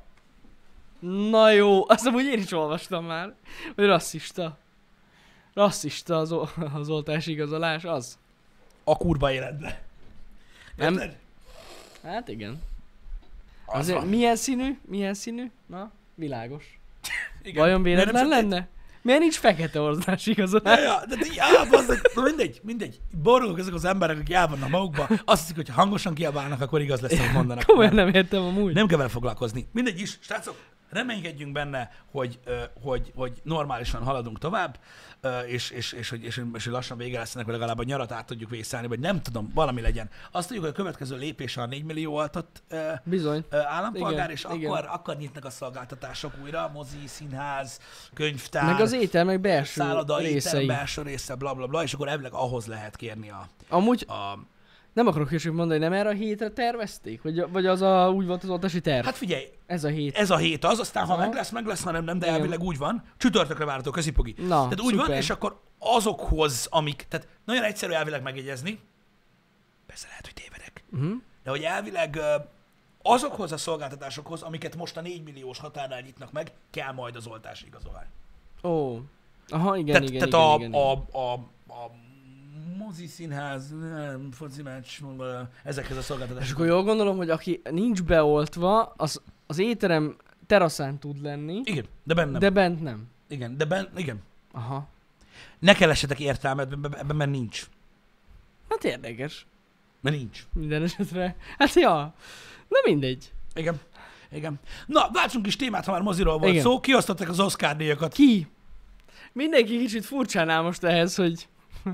Na jó, azt amúgy én is olvastam már, hogy rasszista. Rasszista az oltás igazolás, az. A kurva életbe. Nem. Érted? Hát igen. Az Azért van. milyen színű? Milyen színű? Na, világos. Igen. Vajon Miért nem véletlen sötét? lenne? Miért nincs fekete oltás igazolás? Bazdmeg, mindegy. Borulok ezek az emberek, akik el vannak magukba, azt hiszik, hogy ha hangosan kiabálnak, akkor igaz lesz, amit mondanak. Komolyan nem értem amúgy. Nem kell vele foglalkozni. Mindegy is, srácok, reménykedjünk benne, hogy normálisan haladunk tovább, és hogy lassan vége lesz ennek, vagy legalább a nyarat át tudjuk vészelni, vagy nem tudom, valami legyen. Azt tudjuk, hogy a következő lépés a 4 millió oltott Bizony. állampolgár, Igen, és igen. akkor nyitnak a szolgáltatások újra, mozi, színház, könyvtár, Meg az étel, meg belső szálloda, étterem, részei. belső része, bla bla bla, és akkor elvileg ahhoz lehet kérni Amúgy a nem akarok később mondani, nem erre a hétre tervezték? Vagy az úgy volt az oltási terv? hát figyelj, Ez a hét. ez a hét az, aztán ha Aha. meg lesz, ha nem, de Igen. elvileg úgy van. Csütörtökre várható, köszi Pogi. Na, Tehát úgy van, szuper. és akkor azokhoz, amik, tehát nagyon egyszerű elvileg megjegyezni, persze lehet, hogy tévedek, de hogy elvileg azokhoz a szolgáltatásokhoz, amiket most a 4 milliós határnál nyitnak meg, kell majd az oltás igazolvány. Ó. Aha, igen, igen, tehát igen. a mozi, színház, foci meccs, ezekhez a És szolgáltatásokhoz. akkor jól gondolom, hogy aki nincs beoltva, az étterem teraszán tud lenni, Igen, de bennem. de bent nem. Igen, igen. Aha. Ne keressetek értelmet ebben, mert nincs. Hát érdekes. Mert nincs. Minden esetre. Hát ja. Na mindegy. Igen. Igen. Na, váltsunk is témát, ha már moziról volt Igen. szó. Kiosztották az Oscar díjakat. Ki? Mindenki kicsit furcsán áll most ehhez, hogy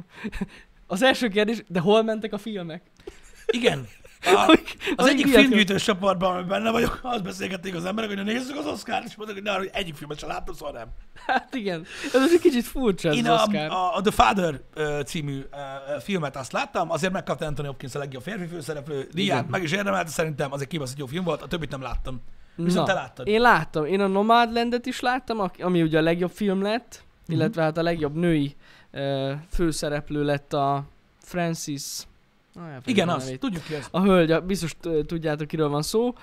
az első kérdés, de hol mentek a filmek? Igen. Az egyik filmgyűjtős csoportban, amiben benne vagyok, azt beszélgették az emberek, hogy nézzük az Oscar-t, és mondták, hogy egyik filmet sem láttam, szóval nem. Hát igen. Ez most egy kicsit furcsa ez Én az Oscar. a The Father című filmet azt láttam, azért megkapta Anthony Hopkins a legjobb férfi főszereplő díját, Igen. meg is érdemelte, szerintem az egy kibaszott jó film volt, a többit nem láttam. Viszont te láttad. Én láttam. Én a Nomadlandet is láttam, ami ugye a legjobb film lett, illetve hát a legjobb női főszereplő lett a Francis... Igen, az. Tudjuk ki ez. A hölgy, biztos tudjátok, kiről van szó.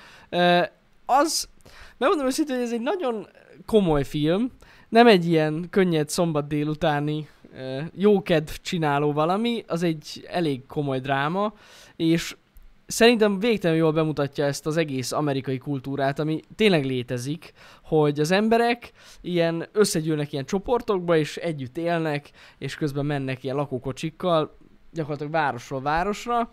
Megmondom őszintén, hogy ez egy nagyon komoly film, nem egy ilyen könnyed szombat délutáni jókedv csináló valami, az egy elég komoly dráma, és szerintem végtelenül jól bemutatja ezt az egész amerikai kultúrát, ami tényleg létezik, hogy az emberek ilyen összegyűlnek ilyen csoportokba, és együtt élnek, és közben mennek ilyen lakókocsikkal, gyakorlatilag városról városra.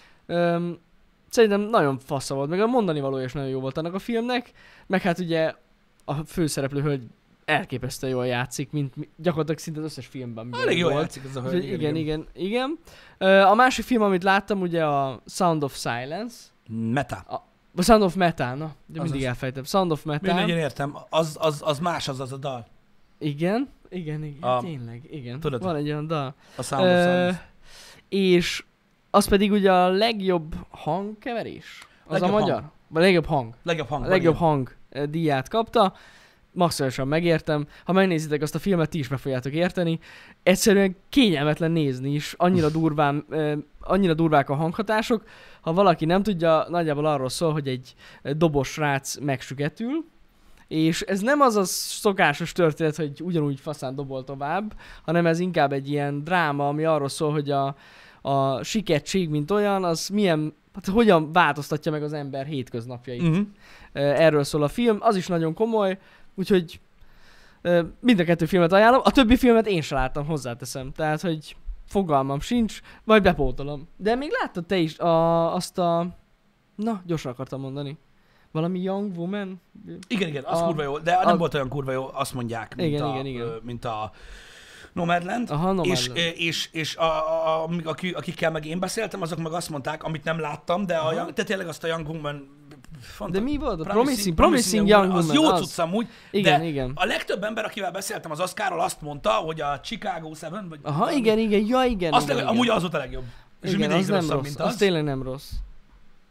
Szerintem nagyon fasza volt, meg a mondani valója is nagyon jó volt annak a filmnek, meg hát ugye a főszereplő hölgy elképesztően jól játszik, mint gyakorlatilag szinte az összes filmben, amiben Elég jól volt. játszik ez a Úgyhogy hölgy. igen. A másik film, amit láttam, ugye a Sound of Silence. Meta. A Sound of Metal, na, de mindig Azaz. elfejtem. Sound of Metal. Mindegyen értem. Az más az a dal. Igen, A- tényleg, igen. tudod? Van egy olyan dal. A Sound of Silence. És az pedig ugye a legjobb hangkeverés. Az Legjobb a magyar? Vagy legjobb hang. Legjobb hang. A legjobb hang díját kapta. Maximálisan megértem. Ha megnézitek azt a filmet, ti is meg fogjátok érteni. Egyszerűen kényelmetlen nézni is. Annyira durvák a hanghatások. Ha valaki nem tudja, nagyjából arról szól, hogy egy dobos srác megsügetül, és ez nem az a szokásos történet, hogy ugyanúgy faszán dobol tovább, hanem ez inkább egy ilyen dráma, ami arról szól, hogy a sikettség, mint olyan, az milyen, hát hogyan változtatja meg az ember hétköznapjait. Uh-huh. Erről szól a film, az is nagyon komoly, úgyhogy mind a kettő filmet ajánlom. A többi filmet én sem láttam, hozzáteszem, tehát, hogy fogalmam sincs, majd bepótolom. De még láttad te is azt a... Na, gyorsan akartam mondani. Valami Young Woman? Igen, az kurva jó, de nem volt olyan kurva jó, azt mondják, mint a Nomadland. Aha, Nomadland. És akikkel meg én beszéltem, azok meg azt mondták, amit nem láttam, de te tényleg azt a Young Woman... De mi volt? Promising Young Woman. Az jó cucc amúgy, igen, de igen. a legtöbb ember, akivel beszéltem az Oscarról, azt mondta, hogy a Chicago 7, vagy... Aha, igen, Azt igen. amúgy az volt a legjobb. És Igen, mindig az nem rosszabb, rossz. mint Az az. tényleg nem rossz.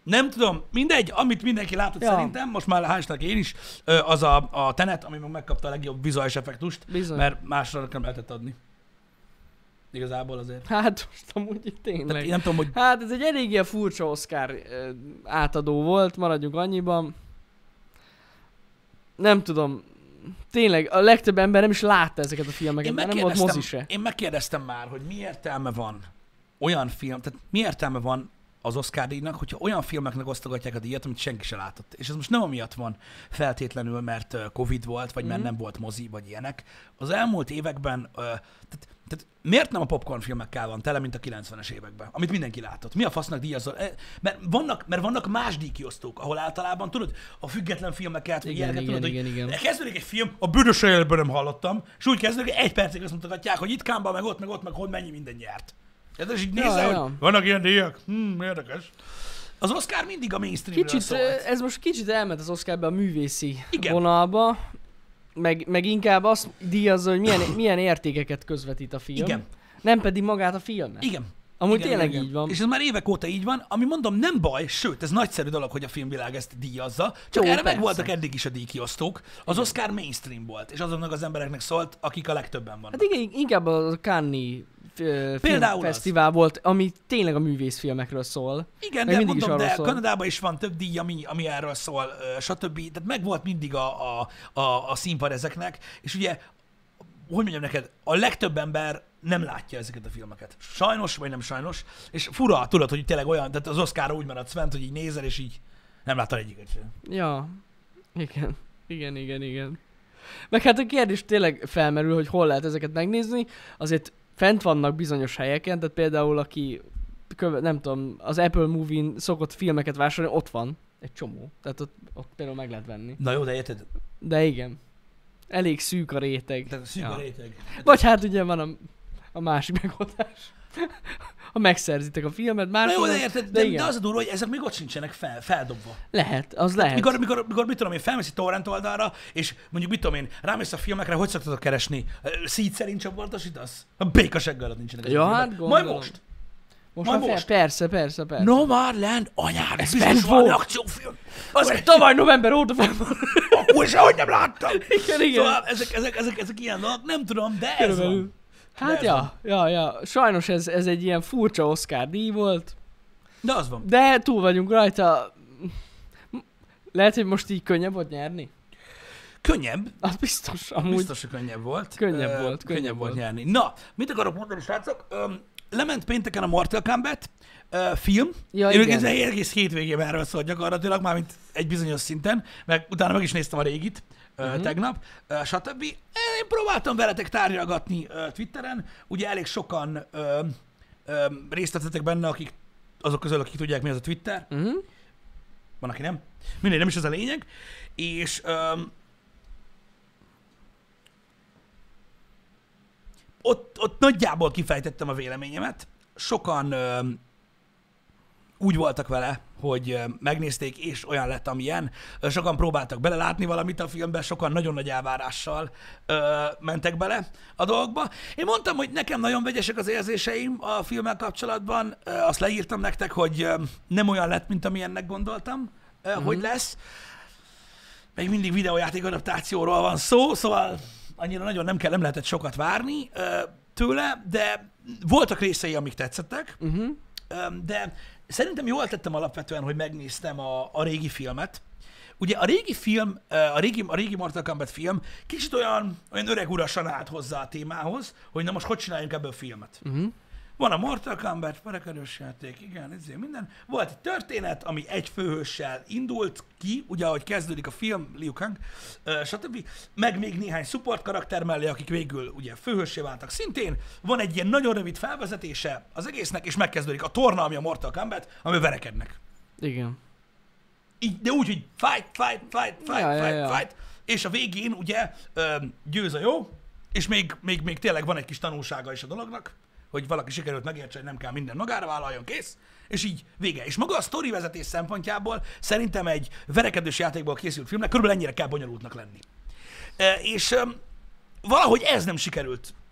Nem tudom, mindegy, amit mindenki látott szerintem, most már hál' én is, az a Tenet, ami megkapta a legjobb vizuális effektust, Bizony. mert másra nem lehetett adni. Igazából azért. Hát most amúgy itt Tehát tényleg. én nem tudom, hogy Hát ez egy eléggé furcsa Oscar átadó volt, maradjunk annyiban. Nem tudom, tényleg a legtöbb ember nem is látta ezeket a filmeket, mert nem volt mozi se. én megkérdeztem már, hogy mi értelme van olyan film, tehát mi értelme van az Oscar-díjnak, hogyha olyan filmeknek osztogatják a díjat, amit senki se látott. És ez most nem amiatt van feltétlenül, mert Covid volt, vagy mert nem volt mozi, vagy ilyenek. Az elmúlt években, tehát miért nem a popcorn filmekkel van tele, mint a 90-es években, amit mindenki látott? Mi a fasznak díjazol? Mert vannak más díjkiosztók, ahol általában, tudod, a független filmeket, vagy ilyeneket, tudod, igen. hogy kezdődik egy film, a büdös életben nem hallottam, és úgy kezdődik, hogy egy percig azt mutatják, hogy itt Kámban, meg ott, meg hogy mennyi minden nyert. És így nézze, hogy vannak ilyen díjak? Érdekes. Az Oscar mindig a mainstreamről szólt. Ez most kicsit elment az Oscarbe a művészi vonalba, meg inkább azt díjazza, hogy milyen értékeket közvetít a film. Igen. Nem pedig magát a filmet. Igen. Amúgy igen, tényleg igen. így van. És ez már évek óta így van, ami mondom nem baj, sőt, ez nagyszerű dolog, hogy a filmvilág ezt díjazza, csak jó, erre persze. meg voltak eddig is a díjkiosztók. Az Oscar mainstream volt, és azoknak az embereknek szólt, akik a legtöbben vannak. Hát igen, inkább a Cannes Például filmfesztivál volt, ami tényleg a művészfilmekről szól. Igen, meg de mindig mondom, is de szól. Kanadában is van több díj, ami erről szól, stb. Tehát meg volt mindig a színpad ezeknek, és ugye, hogy mondjam neked, a legtöbb ember nem látja ezeket a filmeket. Sajnos, vagy nem sajnos, és fura, tudod, hogy tényleg olyan, tehát az Oscarra úgy maradsz fent, hogy így nézel, és így nem láttad egyiket sem. Ja, igen. Meg hát a kérdés tényleg felmerül, hogy hol lehet ezeket megnézni, azért fent vannak bizonyos helyeken, tehát például aki, nem tudom, az Apple Movie-n szokott filmeket vásárolni, ott van egy csomó, tehát ott például meg lehet venni. Na jó, de érted? De igen, elég szűk a réteg. Tehát szűk a réteg. Vagy hát ugye van a másik megoldás. Ha megszerzitek a filmet, már. Na jó, de érted, de az a durva, hogy ezek még ott sincsenek feldobva. Lehet, az lehet. Mikor mit tudom én, felmész egy torrent oldalra, és mondjuk mit tudom én, rámész a filmekre, hogy szoktatok keresni? Szíd szerint csoportosítasz? A békasegg alatt nincsenek. Ja, hát gondolom. Majd most. Most. Persze. Nomadland, anyád, ez biztos valami akciófilm. Az tavaly november óta fel van. Akkor sehogy nem láttam. Igen. Szóval ezek ilyen dolgok, nem tudom, de ez van. Hát ja. Sajnos ez egy ilyen furcsa Oscar díj volt. De az van. De túl vagyunk rajta. Lehet, hogy most így könnyebb volt nyerni? Könnyebb. Az biztos, amúgy. Biztos, hogy könnyebb volt. Könnyebb volt nyerni. Na, mit akarok mondani, srácok? Lement pénteken a Mortal Kombat film. Ja, én igen. egész hétvégében erről szólt gyakorlatilag, mármint egy bizonyos szinten, meg utána meg is néztem a régit tegnap, stb. Én próbáltam veletek tárgyalgatni Twitteren, ugye elég sokan részt vettetek benne, azok közül, akik tudják, mi az a Twitter. Van, aki nem. Mindegy, nem is ez a lényeg. És ott nagyjából kifejtettem a véleményemet. Sokan úgy voltak vele, hogy megnézték, és olyan lett, amilyen. Sokan próbáltak belelátni valamit a filmbe, sokan nagyon nagy elvárással mentek bele a dolgokba. Én mondtam, hogy nekem nagyon vegyesek az érzéseim a filmmel kapcsolatban. Azt leírtam nektek, hogy nem olyan lett, mint amilyennek gondoltam, hogy lesz. Még mindig videójáték adaptációról van szó, szóval annyira nagyon nem lehetett sokat várni tőle, de voltak részei, amik tetszettek, de szerintem jól tettem alapvetően, hogy megnéztem a régi filmet. Ugye a régi film, a régi Mortal Kombat film kicsit olyan öreg urasan állt hozzá a témához, hogy na most hogy csináljunk ebből filmet. Van a Mortal Kombat, verekedős játék, igen, ezért minden. Volt egy történet, ami egy főhőssel indult ki, ugye ahogy kezdődik a film, Liu Kang, stb. Meg még néhány support karakter mellé, akik végül ugye főhőssé váltak szintén. Van egy ilyen nagyon rövid felvezetése az egésznek, és megkezdődik a torna, ami a Mortal Kombat, ami verekednek. Igen. Így, de úgy, hogy fight, és a végén ugye győz a jó, és még tényleg van egy kis tanulsága is a dolognak, hogy valaki sikerült megértse, hogy nem kell minden magára vállaljon, kész, és így vége. És maga a sztori vezetés szempontjából szerintem egy verekedős játékból készült filmnek körülbelül ennyire kell bonyolultnak lenni. És valahogy ez nem sikerült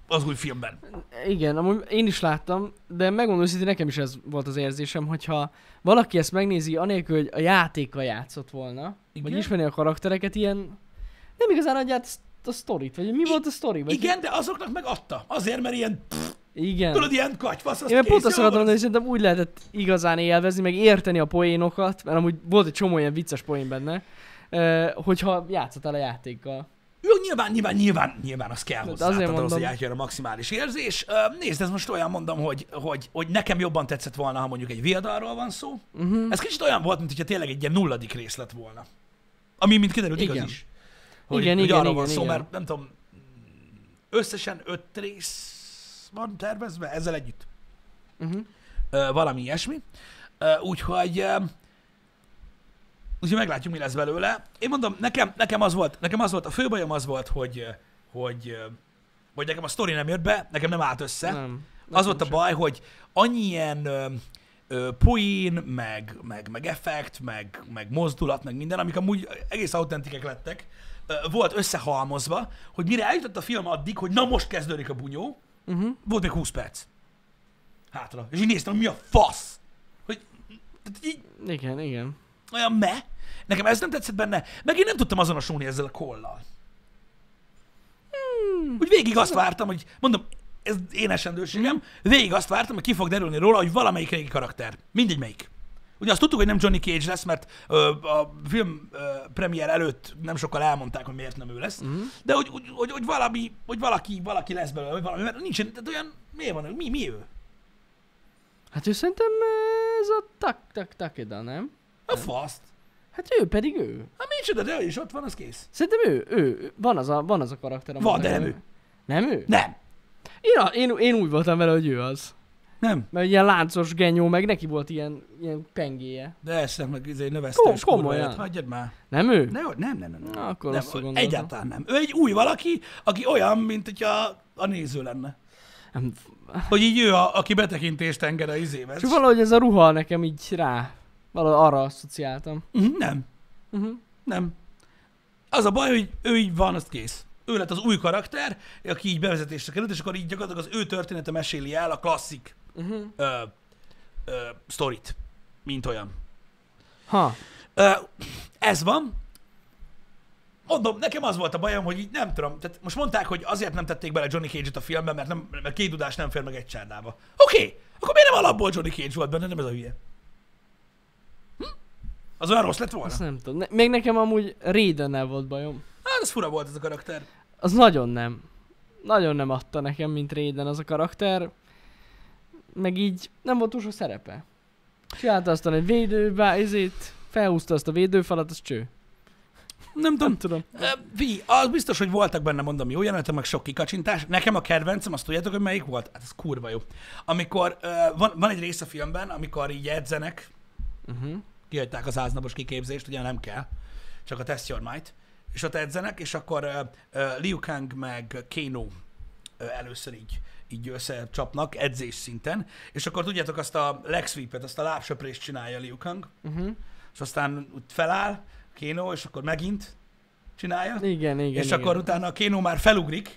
az új filmben. Igen, amúgy én is láttam, de megmondom őszintén, nekem is ez volt az érzésem, hogyha valaki ezt megnézi anélkül, hogy a játékkal játszott volna, Igen? vagy ismeri a karaktereket, ilyen nem igazán adja át a sztorit, vagy mi volt a sztori? Vagy Igen, de azoknak meg adta. Azért, mert ilyen, igen. tudod, ilyen katyfasz, azt Én meg pont kész, azt jó akartam van. mondani, hogy szerintem úgy lehetett igazán élvezni, meg érteni a poénokat, mert amúgy volt egy csomó ilyen vicces poén benne, hogyha játszottál a játékkal. Jó, nyilván az kell hozzá, azért tehát ahhoz, hogy mondom. átjön a maximális érzés. Nézd, ez most olyan mondom, hogy nekem jobban tetszett volna, ha mondjuk egy viadalról van szó. Ez kicsit olyan volt, mint hogyha tényleg egy ilyen 0. rész lett volna. Ami, mint kiderült, igaz Igen. is. Hogy, Igen, hogy igen, arról igen, van szó, igen. mert nem tudom, összesen 5 rész van tervezve ezzel együtt. Valami ilyesmi. Úgyhogy meglátjuk, mi lesz belőle. Én mondom, nekem az volt, a fő bajom az volt, hogy nekem a sztori nem jött be, nekem nem állt össze. Nem. Az volt a baj, hogy annyi ilyen poén, meg effekt, meg mozdulat, meg minden, amik amúgy egész autentikek lettek, volt összehalmozva, hogy mire eljutott a film addig, hogy na most kezdődik a bunyó, volt még 20 perc. Hátra. És így néztem, mi a fasz? Hogy így, Igen. olyan nekem ez nem tetszett benne, meg én nem tudtam azonosulni ezzel a kollal. Úgy végig azt vártam, hogy mondom, ez én esendőségem, végig azt vártam, hogy ki fog derülni róla, hogy valamelyik régi karakter. Mindegy melyik. Ugye azt tudtuk, hogy nem Johnny Cage lesz, mert a film premier előtt nem sokkal elmondták, hogy miért nem ő lesz, de hogy valaki lesz belőle, vagy valami, mert nincsen, tehát olyan, miért van, mi ő? Hát ő szerintem ez a Takeda, nem? A faszt. Hát ő pedig ő. Hát micsoda, de ő is ott van, az kész. Szerintem ő. Van az a karakter. Van, de nem ő. Nem ő? Nem. Én úgy voltam vele, hogy ő az. Nem. Mert ilyen láncos genyó, meg neki volt ilyen pengéje. De ezt meg növesztős Komolyan. kurva, hagyjad már. Nem ő? Nem. Na, akkor Nem, rosszul gondoltam. egyáltalán nem. Ő egy új valaki, aki olyan, mint hogyha a néző lenne. Nem. Hogy így ő, aki betekintést enged a izével. Csak valahogy ez a ruha nekem így valahogy arra asszociáltam. Nem. Uh-huh. Nem. Az a baj, hogy ő így van, az kész. Ő lett az új karakter, aki így bevezetésre került, és akkor így gyakorlatilag az ő története meséli el a klasszik sztorit, mint olyan. Ha. Ez van. Mondom, nekem az volt a bajom, hogy így nem tudom, tehát most mondták, hogy azért nem tették bele Johnny Cage-et a filmbe, mert két dudás nem fér meg egy csárdába. Oké, akkor miért nem alapból Johnny Cage volt benne, nem ez a hülye? Az olyan rossz lett volna? Azt nem tudom. Még nekem amúgy Raidennel volt bajom. Hát, ez fura volt ez a karakter. Az nagyon nem. Nagyon nem adta nekem, mint Raiden az a karakter. Meg így nem volt túl sok szerepe. Csinálta aztán egy védőbázét, felhúzta azt a védőfalat, az cső. Nem Nem tudom. Az biztos, hogy voltak benne, mondom, jó jelenetek, meg sok kikacsintás. Nekem a kedvencem, azt tudjátok, hogy melyik volt? Hát ez kurva jó. Amikor van egy rész a filmben, amikor így edzenek, kihagyták az 100 napos kiképzést, ugye nem kell, csak a Test Your Might, és ott edzenek, és akkor Liu Kang meg Kano először így összecsapnak edzés szinten, és akkor tudjátok azt a leg sweepet, azt a lábsöprést csinálja Liu Kang, és aztán úgy feláll Kano, és akkor megint csinálja, Igen. és akkor utána a Kano már felugrik,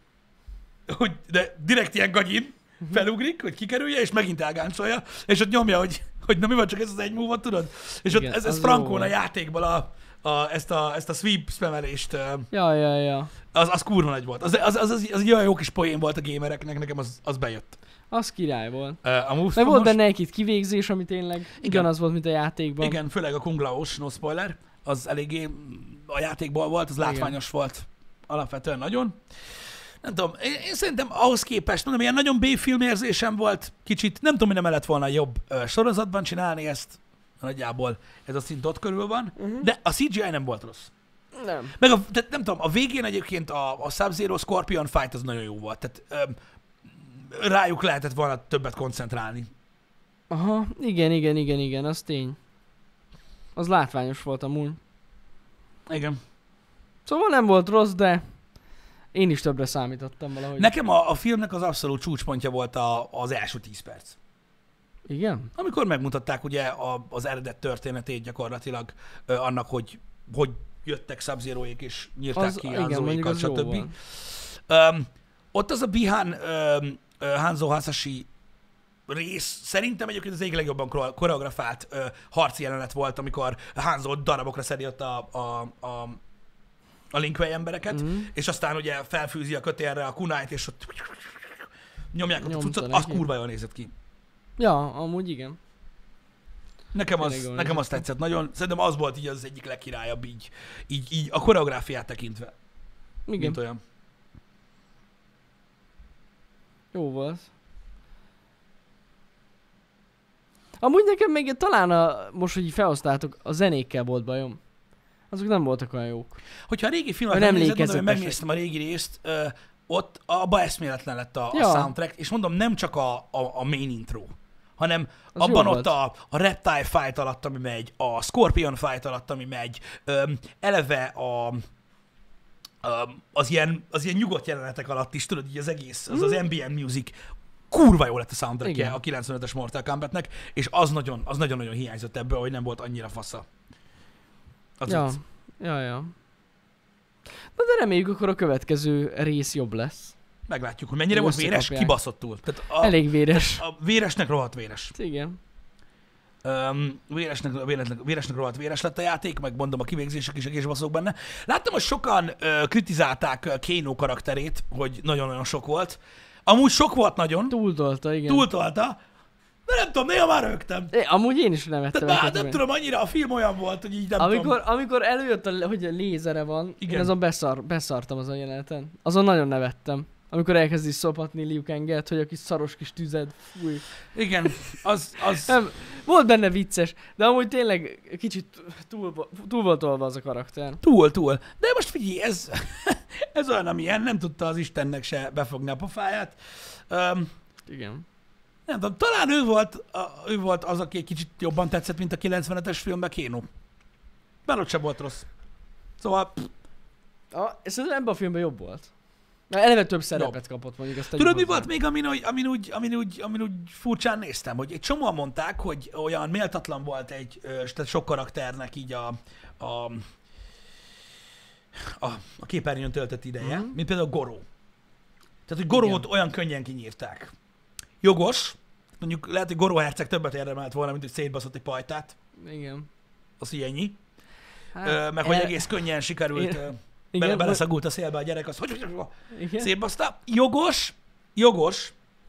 de direkt ilyen gagyin felugrik, hogy kikerülje, és megint elgáncsolja, és ott nyomja, hogy na mi van, csak ez az egy move-ot, tudod? És Igen, ott ez az Frankón jó a játékból ezt a sweep spamelést, Ja. az kurva nagy volt. Az egy olyan jó kis poén volt a gamereknek, nekem az bejött. Az király volt. A move Meg volt benne egy kivégzés, ami tényleg ugyanaz volt, mint a játékban. Igen, főleg a Kung Laos, no spoiler, az eléggé a játékból volt, az látványos volt alapvetően nagyon. Nem tudom, én szerintem ahhoz képest, mondom, ilyen nagyon B-film érzésem volt kicsit, nem tudom, hogy nem lett volna jobb sorozatban csinálni ezt, nagyjából ez a szint ott körül van, de a CGI nem volt rossz. Nem. Meg tehát nem tudom, a végén egyébként a Sub-Zero Scorpion fight az nagyon jó volt, tehát rájuk lehetett volna többet koncentrálni. Aha, igen, az tény. Az látványos volt amúgy. Igen. Szóval nem volt rossz, de én is többre számítottam valahogy. Nekem a filmnek az abszolút csúcspontja volt az első 10 perc. Igen? Amikor megmutatták ugye az eredet történetét gyakorlatilag annak, hogy jöttek Sub-Zeroék és nyírták ki igen, mondjuk Hanzoékat, az jó stb. volt. ott az a Bihan Hanzo Hasashi rész szerintem egyébként az egyik legjobban koreografált harci jelenet volt, amikor Hanzo darabokra szedi ott a Lin Kuei embereket, és aztán ugye felfűzi a kötélre a kunájt, és ott nyomják a cuccot, az kurva jól nézett ki. Ja, amúgy igen. Nekem az tetszett nagyon. Szerintem az volt így az egyik legkirályabb így a koreográfiát tekintve. Igen. Mint olyan. Jó volt. Amúgy nekem még talán most, hogy így felhoztátok, a zenékkel volt bajom. Azok nem voltak olyan jók. Hogyha a régi filmet nem nézed, mondom, hogy megnéztem a régi részt, ott abba eszméletlen lett a soundtrack, és mondom, nem csak a main intro, hanem az abban ott a Reptile fight alatt, ami megy, a Scorpion fight alatt, ami megy, eleve az ilyen nyugodt jelenetek alatt is, tudod, így az egész, az ambient music, kurva jó lett a soundtrackje a 95-es Mortal Kombatnek, és az nagyon-nagyon hiányzott ebből, hogy nem volt annyira fasza. Ja. Na de reméljük, akkor a következő rész jobb lesz. Meglátjuk, hogy mennyire volt véres, kibaszottul. Elég véres. A véresnek rohadt véres. Igen. Véresnek rohadt véres lett a játék, meg mondom, a kivégzések is egész baszók benne. Láttam, hogy sokan kritizálták Kano karakterét, hogy nagyon-nagyon sok volt. Amúgy sok volt nagyon. Túltolta, igen. Túltolta. De nem tudom, néha már rögtem. Amúgy én is nevettem. Nem tudom, annyira a film olyan volt, hogy így nem tudom. Amikor előjött, hogy a lézere van, igen. Én azon beszartam azon jeleneten. Azon nagyon nevettem. Amikor elkezdi szopatni Liu Kanget, hogy a kis szaros kis tüzed, fúj. Igen, az... Nem, volt benne vicces, de amúgy tényleg kicsit túl volt tolva az a karakter. Túl. De most figyelj, ez olyan, amilyen, nem tudta az Istennek se befogni a pofáját. Igen. Nem tudom, talán ő volt az, aki egy kicsit jobban tetszett, mint a 90-es filmben Kano. Bár ott sem volt rossz. Szóval... Szerintem ebben a filmben jobb volt. Eleve több szerepet kapott, mondjuk azt. Tudod, mi volt még, amin úgy furcsán néztem, hogy egy csomóan mondták, hogy olyan méltatlan volt tehát sok karakternek így a képernyőn töltött ideje, mint például Goro. Tehát, hogy Gorót olyan könnyen kinyírták. Jogos, mondjuk lehet, hogy Goro herceg többet érdemelt volna, mint hogy szétbaszott egy pajtát. Igen. Az így ennyi. Meg hogy egész könnyen sikerült... Beleszagult a szélbe a gyerek, azt hogy szétbaszta. Jogos.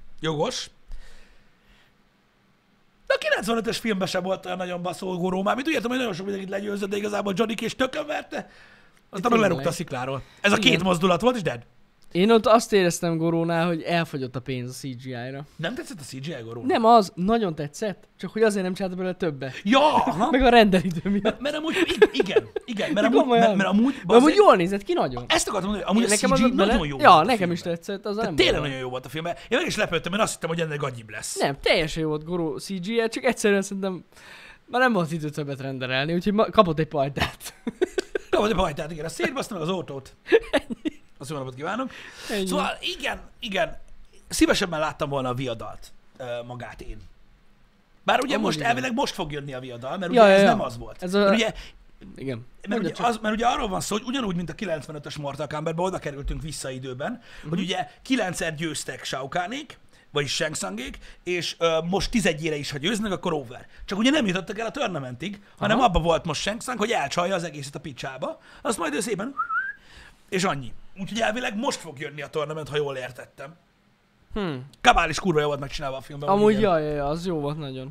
De a 95-ös filmben sem volt olyan nagyon baszó Goro már, mint úgy értem, hogy nagyon sok mindenkit legyőzött, de igazából Johnny és tökön verte, aztán meg lerúgta a szikláról. Ez a két mozdulat volt, és dead. Én ott azt éreztem Gorónál, hogy elfogyott a pénz a CGI-ra. Nem tetszett a CGI Gorónak? Nem az, nagyon tetszett, csak hogy azért nem csinálta belőle többet. Ja! Aha. Meg a renderidő miatt. Mert amúgy, igen, mert amúgy jól nézett ki nagyon. Ezt akartam mondani, amúgy nekem a CGI nagyon jó ja, volt. Nekem is tetszett, az nem tényleg nagyon jó volt a filmben. Én meg is lepődtem, mert azt hittem, hogy ennek gagyibb lesz. Nem, teljesen jó volt Goró CGI, csak egyszerűen szerintem már nem volt idő többet renderelni, úgyhogy kapott egy pajtát. Kapott egy pajtát, igen, azt szétbasztam meg az autót. Azt jó napot kívánok. Ennyi. Szóval igen, szívesebben láttam volna a viadalt magát én. Bár ugye elvileg most fog jönni a viadal, mert ugye ez nem az volt. Igen. Mert ugye arról van szó, hogy ugyanúgy, mint a 95-ös Mortal Kombatban, oda kerültünk vissza időben, hogy ugye 9-szer győztek Shao Kahnék, vagyis Shang Tsungék, és most 11-ére is, ha győznek, akkor over. Csak ugye nem jutottak el a tournamentig, hanem abban volt most Shang Tsung, hogy elcsalja az egészet a picsába, azt majd ő szépen... És annyi. Úgyhogy elvileg most fog jönni a tournament, ha jól értettem. Kabál is kurva jó volt megcsinálva a filmben. Amúgy az jó volt nagyon.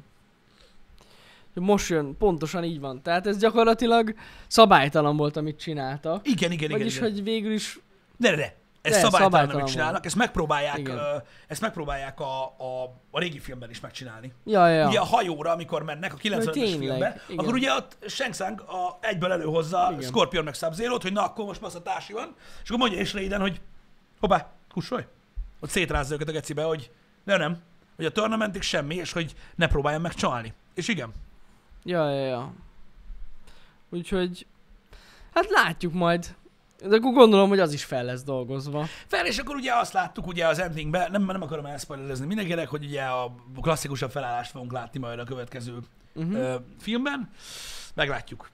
Most jön, pontosan így van. Tehát ez gyakorlatilag szabálytalan volt, amit csináltak. Igen. Vagyis, hogy végül is... Ez szabálytalan, amit csinálnak. Ezt megpróbálják a régi filmben is megcsinálni. Ja. Ugye a hajóra, amikor mennek a 95-es filmben, akkor ugye ott Shang Tsung egyből előhozza Scorpion meg Sub-Zero-t, hogy na akkor most a társi van, és akkor mondja is Raiden, hogy hoppá, kussolj. Ott szétrázza őket a gecibe, hogy nem, hogy a tournamentig semmi, és hogy ne próbáljon meg csalni. És igen. Ja. Úgyhogy, hát látjuk majd. De akkor gondolom, hogy az is fel lesz dolgozva. És akkor ugye azt láttuk ugye az endingben, nem akarom elszpoilerezni mindenkinek, hogy ugye a klasszikusabb felállást fogunk látni majd a következő filmben. Meglátjuk.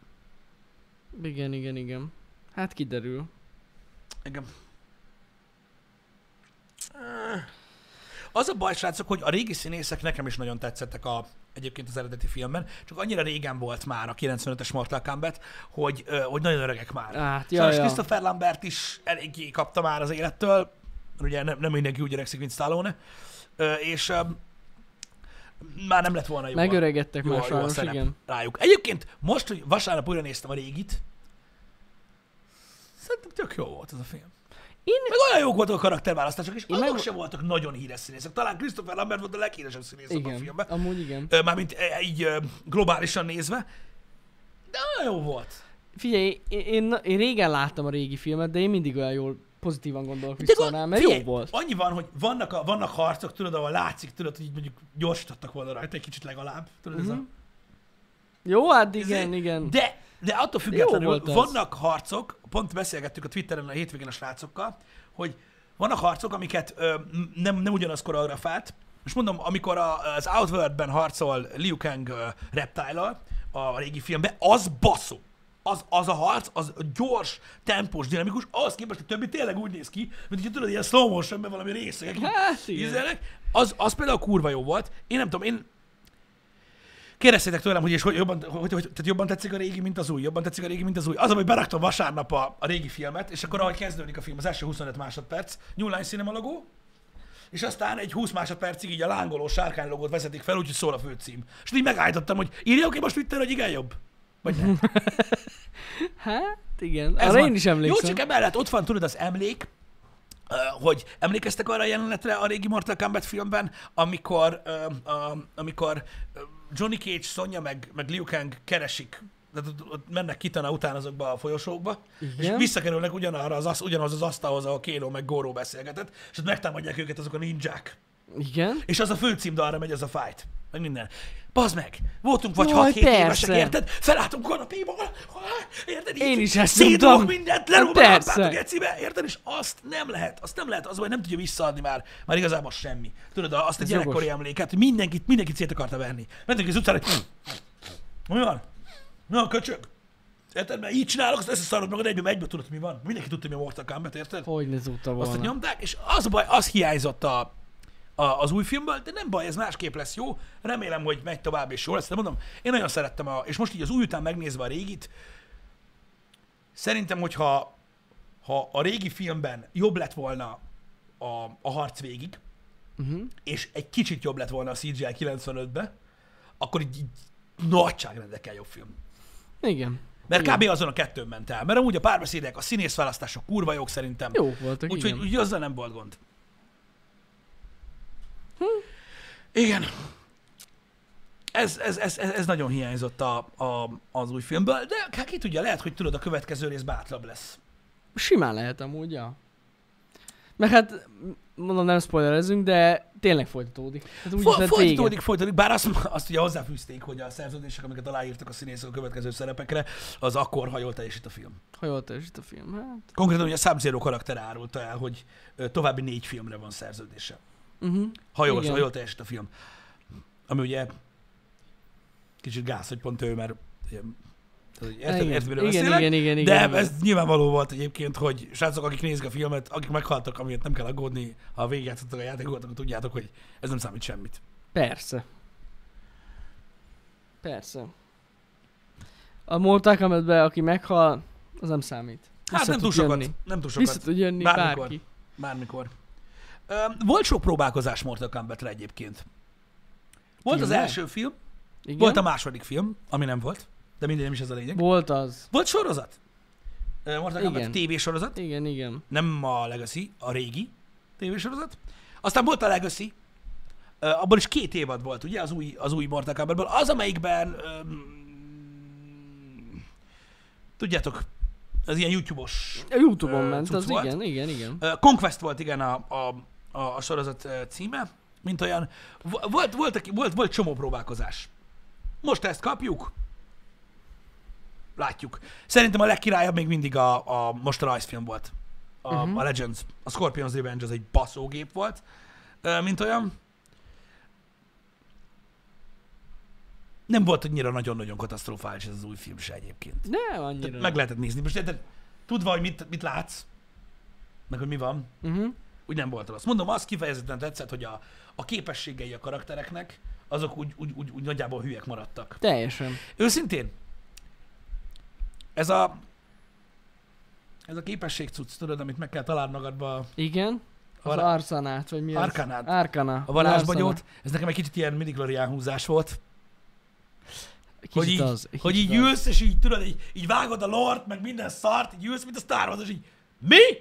Igen. Hát kiderül. Igen. Az a baj, srácok, hogy a régi színészek nekem is nagyon tetszettek egyébként az eredeti filmben, csak annyira régen volt már a 95-es Mortal Kombat, hogy nagyon öregek már. Sajnos Christopher Lambert is eléggé kapta már az élettől, ugye nem mindenki úgy öregszik, mint Stallone, és már nem lett volna jó. Megöregedtek már sajnos, igen. Rájuk. Egyébként most, hogy vasárnap újra néztem a régit, szerintem tök jó volt ez a film. Meg olyan jók voltak a karakterválasztások, és azok sem voltak nagyon híres színészek. Talán Christopher Lambert volt a leghíresebb színész a filmben. Amúgy igen. Mármint így globálisan nézve. De olyan jó volt. Figyelj, én régen láttam a régi filmet, de én mindig olyan jól pozitívan gondolok vissza rá, mert jó volt. Annyi van, hogy vannak harcok, tudod, ahol látszik, tudod, hogy így mondjuk gyorsítottak volna rajta egy kicsit legalább. Tudod, ez a... Jó, hát igen. De attól függetlenül vannak harcok, pont beszélgettük a Twitteren a hétvégén a srácokkal, hogy vannak harcok, amiket nem ugyanaz koreografált. Most mondom, amikor az Outworld-ben harcol Liu Kang Reptile-al a régi filmben, az baszó. Az a harc, az gyors, tempós, dinamikus, ahhoz képest a többi tényleg úgy néz ki, mint hogy tudod, ilyen slow motionben valami részek. Az például kurva jó volt. Én nem tudom, kérdeztétek tőlem, hogy jobban tetszik a régi, mint az új, jobban tetszik a régi, mint az új. Az, hogy beraktam vasárnap a régi filmet, és akkor ahogy kezdődik a film, az első 25 másodperc, New Line Cinema logó, és aztán egy 20 másodpercig így a lángoló sárkány logót vezetik fel, úgyhogy szól a főcím. És így megállítottam, hogy írja most Twitter, hogy igen jobb? Vagy nem? Hát igen, arra én is emlékszem. Jó, csak emellett ott van, tudod, az emlék, hogy emlékeztek arra a jelenetre a régi Mortal Kombat filmben, amikor Johnny Cage, Sonya meg Liu Kang keresik, tehát ott mennek kitana után azokba a folyosókba, igen. És visszakerülnek ugyanaz az asztalhoz, ahol Kano meg Goro beszélgetett, és ott megtámadják őket azok a ninják. Igen. És az a főcímdalra megy az a fight. Meg minden. Bazd meg! Voltunk vagy 6-7 évesek, érted? Felálltunk kanapéból, érted? Én is ezt szédolok mindent, lerúgom a lámpát a gecibe, érted? És azt nem lehet, az vagy nem tudja visszaadni már igazából semmi. Tudod, azt a gyerekkori emléket, hogy mindenkit szét akarta verni. Mentünk az utcára, hogy mi van? Na, köcsög! Érted? Mert így csinálok, azt összeszarod magad egyből tudod, mi van. Mindenki tudta, mi a Mortal Kombat, érted? Hogy ne tudta volna. Azt nyomták, és az a baj, az hiányzott az új filmből, de nem baj, ez másképp lesz jó. Remélem, hogy megy tovább és jó lesz. De mondom, én nagyon szerettem, és most így az új után megnézve a régit, szerintem, hogyha a régi filmben jobb lett volna a harc végig, és egy kicsit jobb lett volna a CGI 95-be, akkor így nagyságrendekkel jobb film. Igen. Mert kb. Azon a kettőn ment el. Mert amúgy a párbeszédek, a színészválasztások kurva jók szerintem. Jó voltak, úgyhogy azzal nem volt gond. Igen. Ez nagyon hiányzott az új filmből, de ki tudja, lehet, hogy tudod, a következő rész bátrabb lesz. Simán lehet amúgy, ja. Meg hát, mondom, nem spoilerezünk, de tényleg folytatódik. Hát folytatódik, bár azt ugye hozzáfűzték, hogy a szerződések, amiket aláírtak a színészek a következő szerepekre, az akkor, ha jól teljesít a film. Hát. Konkrétan ugye a Sub-Zero karakter árulta el, hogy további 4 filmre van szerződése. Ha jól teljesít a film. Ami ugye kicsit gáz, hogy pont ő, mert érted, miről beszélek? Igen, de ez nyilvánvaló volt egyébként, hogy srácok, akik nézik a filmet, akik meghaltak, amiért nem kell aggódni, ha végigjátszottak a játékokat, akkor tudjátok, hogy ez nem számít semmit. Persze. A Mortal Kombatben, aki meghal, az nem számít. Hát nem túl sokat. Vissza tud jönni bárki. Bármikor. Volt sok próbálkozás Mortal Kombatra egyébként. Volt az első film, volt a második film, ami nem volt, de mindegy, nem is ez a lényeg. Volt sorozat. Mortal Kombat tévésorozat. Igen. Nem a Legacy, a régi tévésorozat. Aztán volt a Legacy, abból is 2 évad volt, ugye, az új Mortal Kombatból. Az, amelyikben, tudjátok, az ilyen YouTube-os YouTube-on ment, az volt. Igen. Conquest volt, igen, a sorozat címe, mint olyan. Volt csomó próbálkozás. Most ezt kapjuk. Látjuk. Szerintem a legkirályabb még mindig most a rajzfilm volt. A Legends. A Scorpion's Revenge az egy baszógép volt, mint olyan. Nem volt annyira nagyon-nagyon katasztrofális ez az új film se egyébként. Nem, annyira. Meg lehetett nézni. Most tudva, hogy mit látsz, meg hogy mi van. úgy nem volt rossz. Mondom, azt kifejezetten tetszett, hogy a képességei a karaktereknek, azok úgy nagyjából hülyek maradtak. Teljesen. Őszintén, ez a képesség cucc, tudod, amit meg kell találni magadba, Igen? Az Arcanát, vagy mi az? Arcanát. Arcana. A varázsbagyót, ez nekem egy kicsit ilyen midi-glorián húzás volt. Hogy így ülsz, és így tudod, így vágod a lort, meg minden szart, így ülsz, mint a Star Wars, és így mi?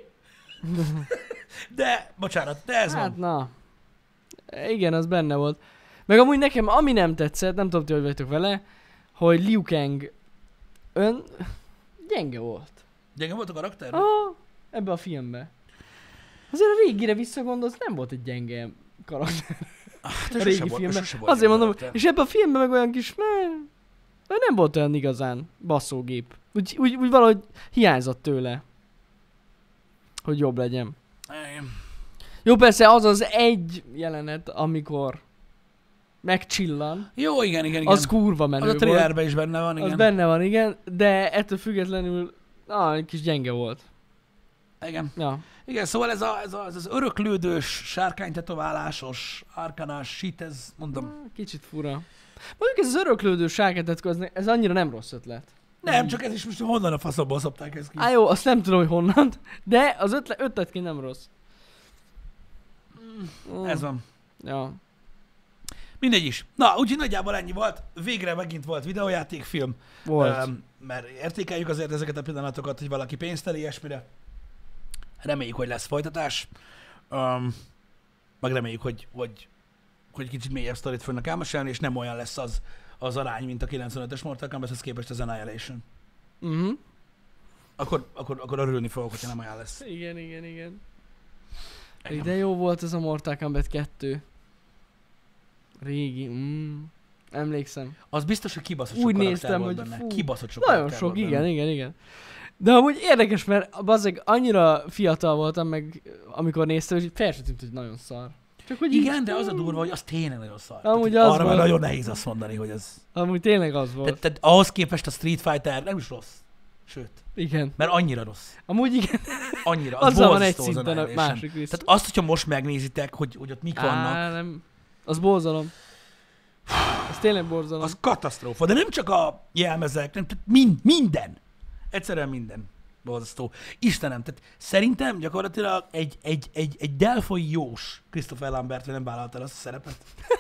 De, bocsánat, de ez Hát van. na. Igen, az benne volt. Meg amúgy nekem, ami nem tetszett, nem tudom, ti hogy vagytok vele, hogy Liu Kang gyenge volt. Gyenge volt a karakter? Ebbe a filmbe. Azért a régire visszagondolsz, nem volt egy gyenge karakter. A régi filmben. Azért mondom, karakter. És ebben a filmben meg olyan kis, nem volt olyan igazán basszógép. Úgy valahogy hiányzott tőle, hogy jobb legyen. Jó, persze az egy jelenet, amikor megcsillan. Jó, igen. Az kurva menő volt. Az a trailerben is benne van, igen. Az benne van, igen, de ettől függetlenül egy kis gyenge volt. Igen. Ja. Igen, szóval ez az öröklődős, sárkánytetoválásos, arkanás shit, ez mondom. Kicsit fura. Mondjuk ez az öröklődős sárkánytetoválás, ez annyira nem rossz ötlet. Nem, csak ez is most honnan a faszomból szopták ezt ki. Jó, azt nem tudom, hogy honnan, de az ötletként nem rossz. Ez van. Ja. Mindegy is. Na, úgyhogy nagyjából ennyi volt. Végre megint volt videójátékfilm. Volt. Mert értékeljük azért ezeket a pillanatokat, hogy valaki pénzt el ilyesmire. Reméljük, hogy lesz folytatás. Meg reméljük, hogy kicsit mélyebb sztorit fognak elmesélni, és nem olyan lesz az arány, mint a 95-ös Mortal Kombathoz képest az Annihilation. Akkor örülni fogok, hogyha nem olyan lesz. Igen. De jó volt ez a Mortal Kombat 2. Régi. Emlékszem. Az biztos, hogy kibaszott sok úgy karakter néztem, volt hogy benne. Fú, Kibaszott sok nagyon sok, igen. De amúgy érdekes, mert bazzeg annyira fiatal voltam meg, amikor néztem, hogy fel sem tűnt, hogy nagyon szar. Csak, hogy igen, így, de az a durva, hogy az tényleg nagyon szar. Amúgy tehát, az arra volt. már nagyon nehéz azt mondani, hogy ez... Amúgy tényleg az volt. Tehát ahhoz képest a Street Fighter nem is rossz. Sőt. Igen. Mert annyira rossz. Amúgy igen. Annyira. Azzal van egy szinten a másik rész. Tehát azt, hogyha most megnézitek, hogy ott mik vannak... nem. Az borzalom. Az tényleg borzalom. Az katasztrófa. De nem csak a jelmezek, nem, tehát minden. Egyszerűen minden. Borzasztó. Istenem, tehát szerintem gyakorlatilag egy delfoi jós Christopher Lambert nem vállalta el azt a szerepet.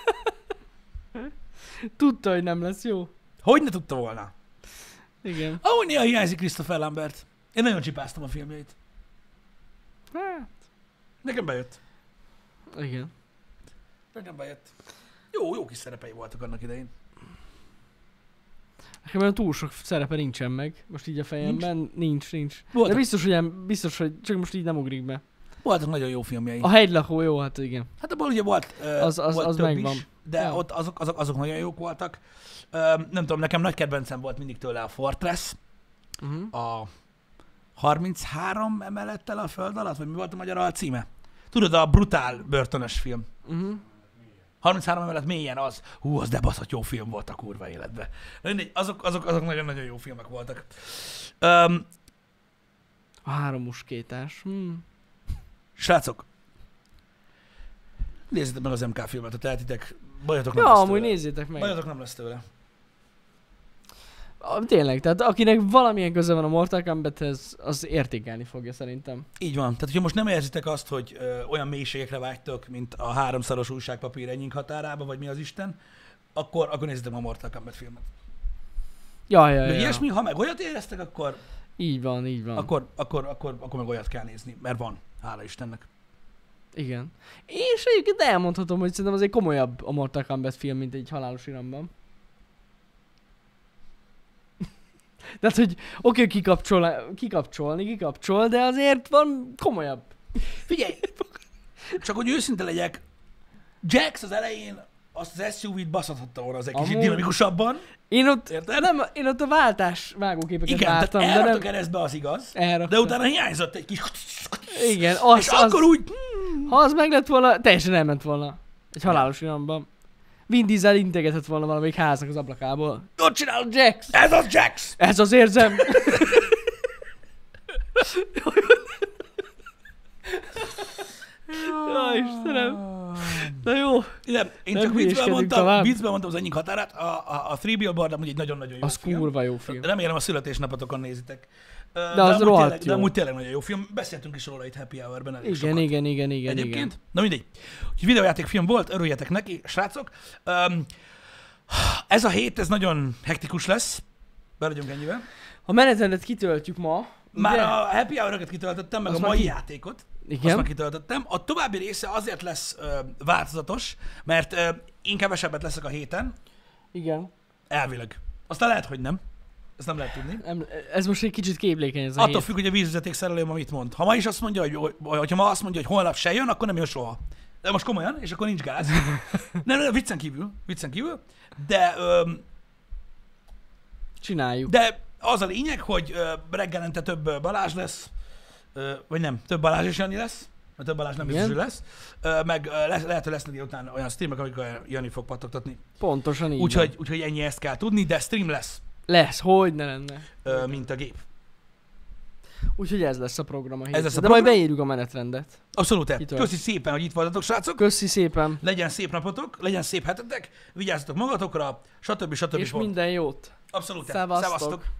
Tudta, hogy nem lesz jó. Hogy ne tudta volna? Igen. Ahogy néha hiányzik Christopher Lambert. Én nagyon csipáztam a filmjeit. Hát. Nekem bejött. Igen. Nekem bejött. Jó kis szerepei voltak annak idején. Nekem olyan túl sok szerepe nincsen meg. Most így a fejemben. Nincs. Voltak. De biztos, hogy csak most így nem ugrik be. Voltak nagyon jó filmjei. A hegylakó jó, hát igen. Hát abban ugye volt, az több megvan. is, de Ja. ott azok nagyon jók voltak. Nem tudom, nekem nagy kedvencem volt mindig tőle a Fortress. A 33 emelettel a föld alatt, vagy mi volt a magyar alcíme? Tudod, a brutál börtönös film. 33 emelet mélyen az. Az de baszott jó film volt a kurva életben. Mindegy, azok nagyon-nagyon jó filmek voltak. A 3 muskétás. Srácok, nézzétek meg az MK filmet, ha tehetitek. Bajotok nem Ja, lesz amúgy tőle. nézzétek meg. Bajotok nem lesz tőle. Tényleg, tehát akinek valamilyen köze van a Mortal Kombathez, az értékelni fogja szerintem. Így van. Tehát, hogyha most nem érzitek azt, hogy olyan mélységekre vágytok, mint a 3-szoros újságpapír enyink határába, vagy mi az Isten, akkor nézzétek a Mortal Kombat filmet. Ja. Ilyesmi, ha meg olyat éreztek, akkor Így van. akkor meg olyat kell nézni, mert van, hála Istennek. Igen. És egyébként elmondhatom, hogy szerintem azért komolyabb a Mortal Kombat film, mint egy Halálos Iramban. Tehát, hogy oké, kikapcsol, de azért van komolyabb. Figyelj, csak hogy őszinte legyek, Jax az elején azt az SUV-t baszhathatta volna az egy kicsit Amúgy. dinamikusabban. Én ott Érted? a váltás vágóképeket Igen, vártam, tehát de elrakta nem... keresztbe, az igaz, Elrakta. de utána hiányzott egy kis... Igen, és akkor úgy... Ha az meg lett volna, teljesen elment volna. Egy Halálos Iramban. Vin Diesel integetett volna valamelyik háznak az ablakából. Ott csinálod, Jax! Ez az Jax! Ez az érzem! Ja, Istenem. Na jó. Igen, én Nem csak hülyéskedünk tovább. viccben mondtam az egyik határát. A Three Billboard amúgy egy nagyon-nagyon jó Az film. kurva jó film. Remélem a születésnapotokon nézitek. De az rohadt De jó. amúgy tényleg nagyon jó film. Beszéltünk is róla itt Happy Hour-ben elég sokat. Igen. Egyébként. Na mindegy. Úgyhogy videójátékfilm volt, örüljetek neki, srácok. Ez a hét, ez nagyon hektikus lesz. Beragyunk ennyivel. A menetrendet kitöltjük ma. Már ugye? a Happy Hour-öket kitöltöttem, meg Azt a már mai játékot. Azt Igen. már kitöltöttem. A további része azért lesz változatos, mert én kevesebbet leszek a héten, Igen. elvileg. Aztán lehet, hogy nem. Ezt nem lehet tudni. Ez most egy kicsit képlékeny ez a Attól hét. függ, hogy a vízvezeték szerelő ma mit mond. Ha ma is azt mondja, hogy ma azt mondja, hogy holnap se jön, akkor nem jön soha. De most komolyan, és akkor nincs gáz. nem, viccen kívül. Csináljuk. De az a lényeg, hogy reggelente több Balázs lesz, vagy nem, több Balázs és Jani lesz, mert több Balázs nem biztos, hogy lesz, meg lehet, hogy lesznek után olyan streamek, amikor Jani fog pattogtatni. Pontosan így. Úgyhogy ennyi, ezt kell tudni, de stream lesz, Lesz, hogy ne lenne. mint a gép. Úgyhogy ez lesz a program a héten. Ez lesz a De majd program. beírjuk a menetrendet. Abszolút. Kitől? Köszi szépen, hogy itt voltatok, srácok. Köszi szépen. Legyen szép napotok, legyen szép hetetek, vigyázzatok magatokra, stb. És pont. minden jót. Abszolút. Szevasztok. Szevasztok.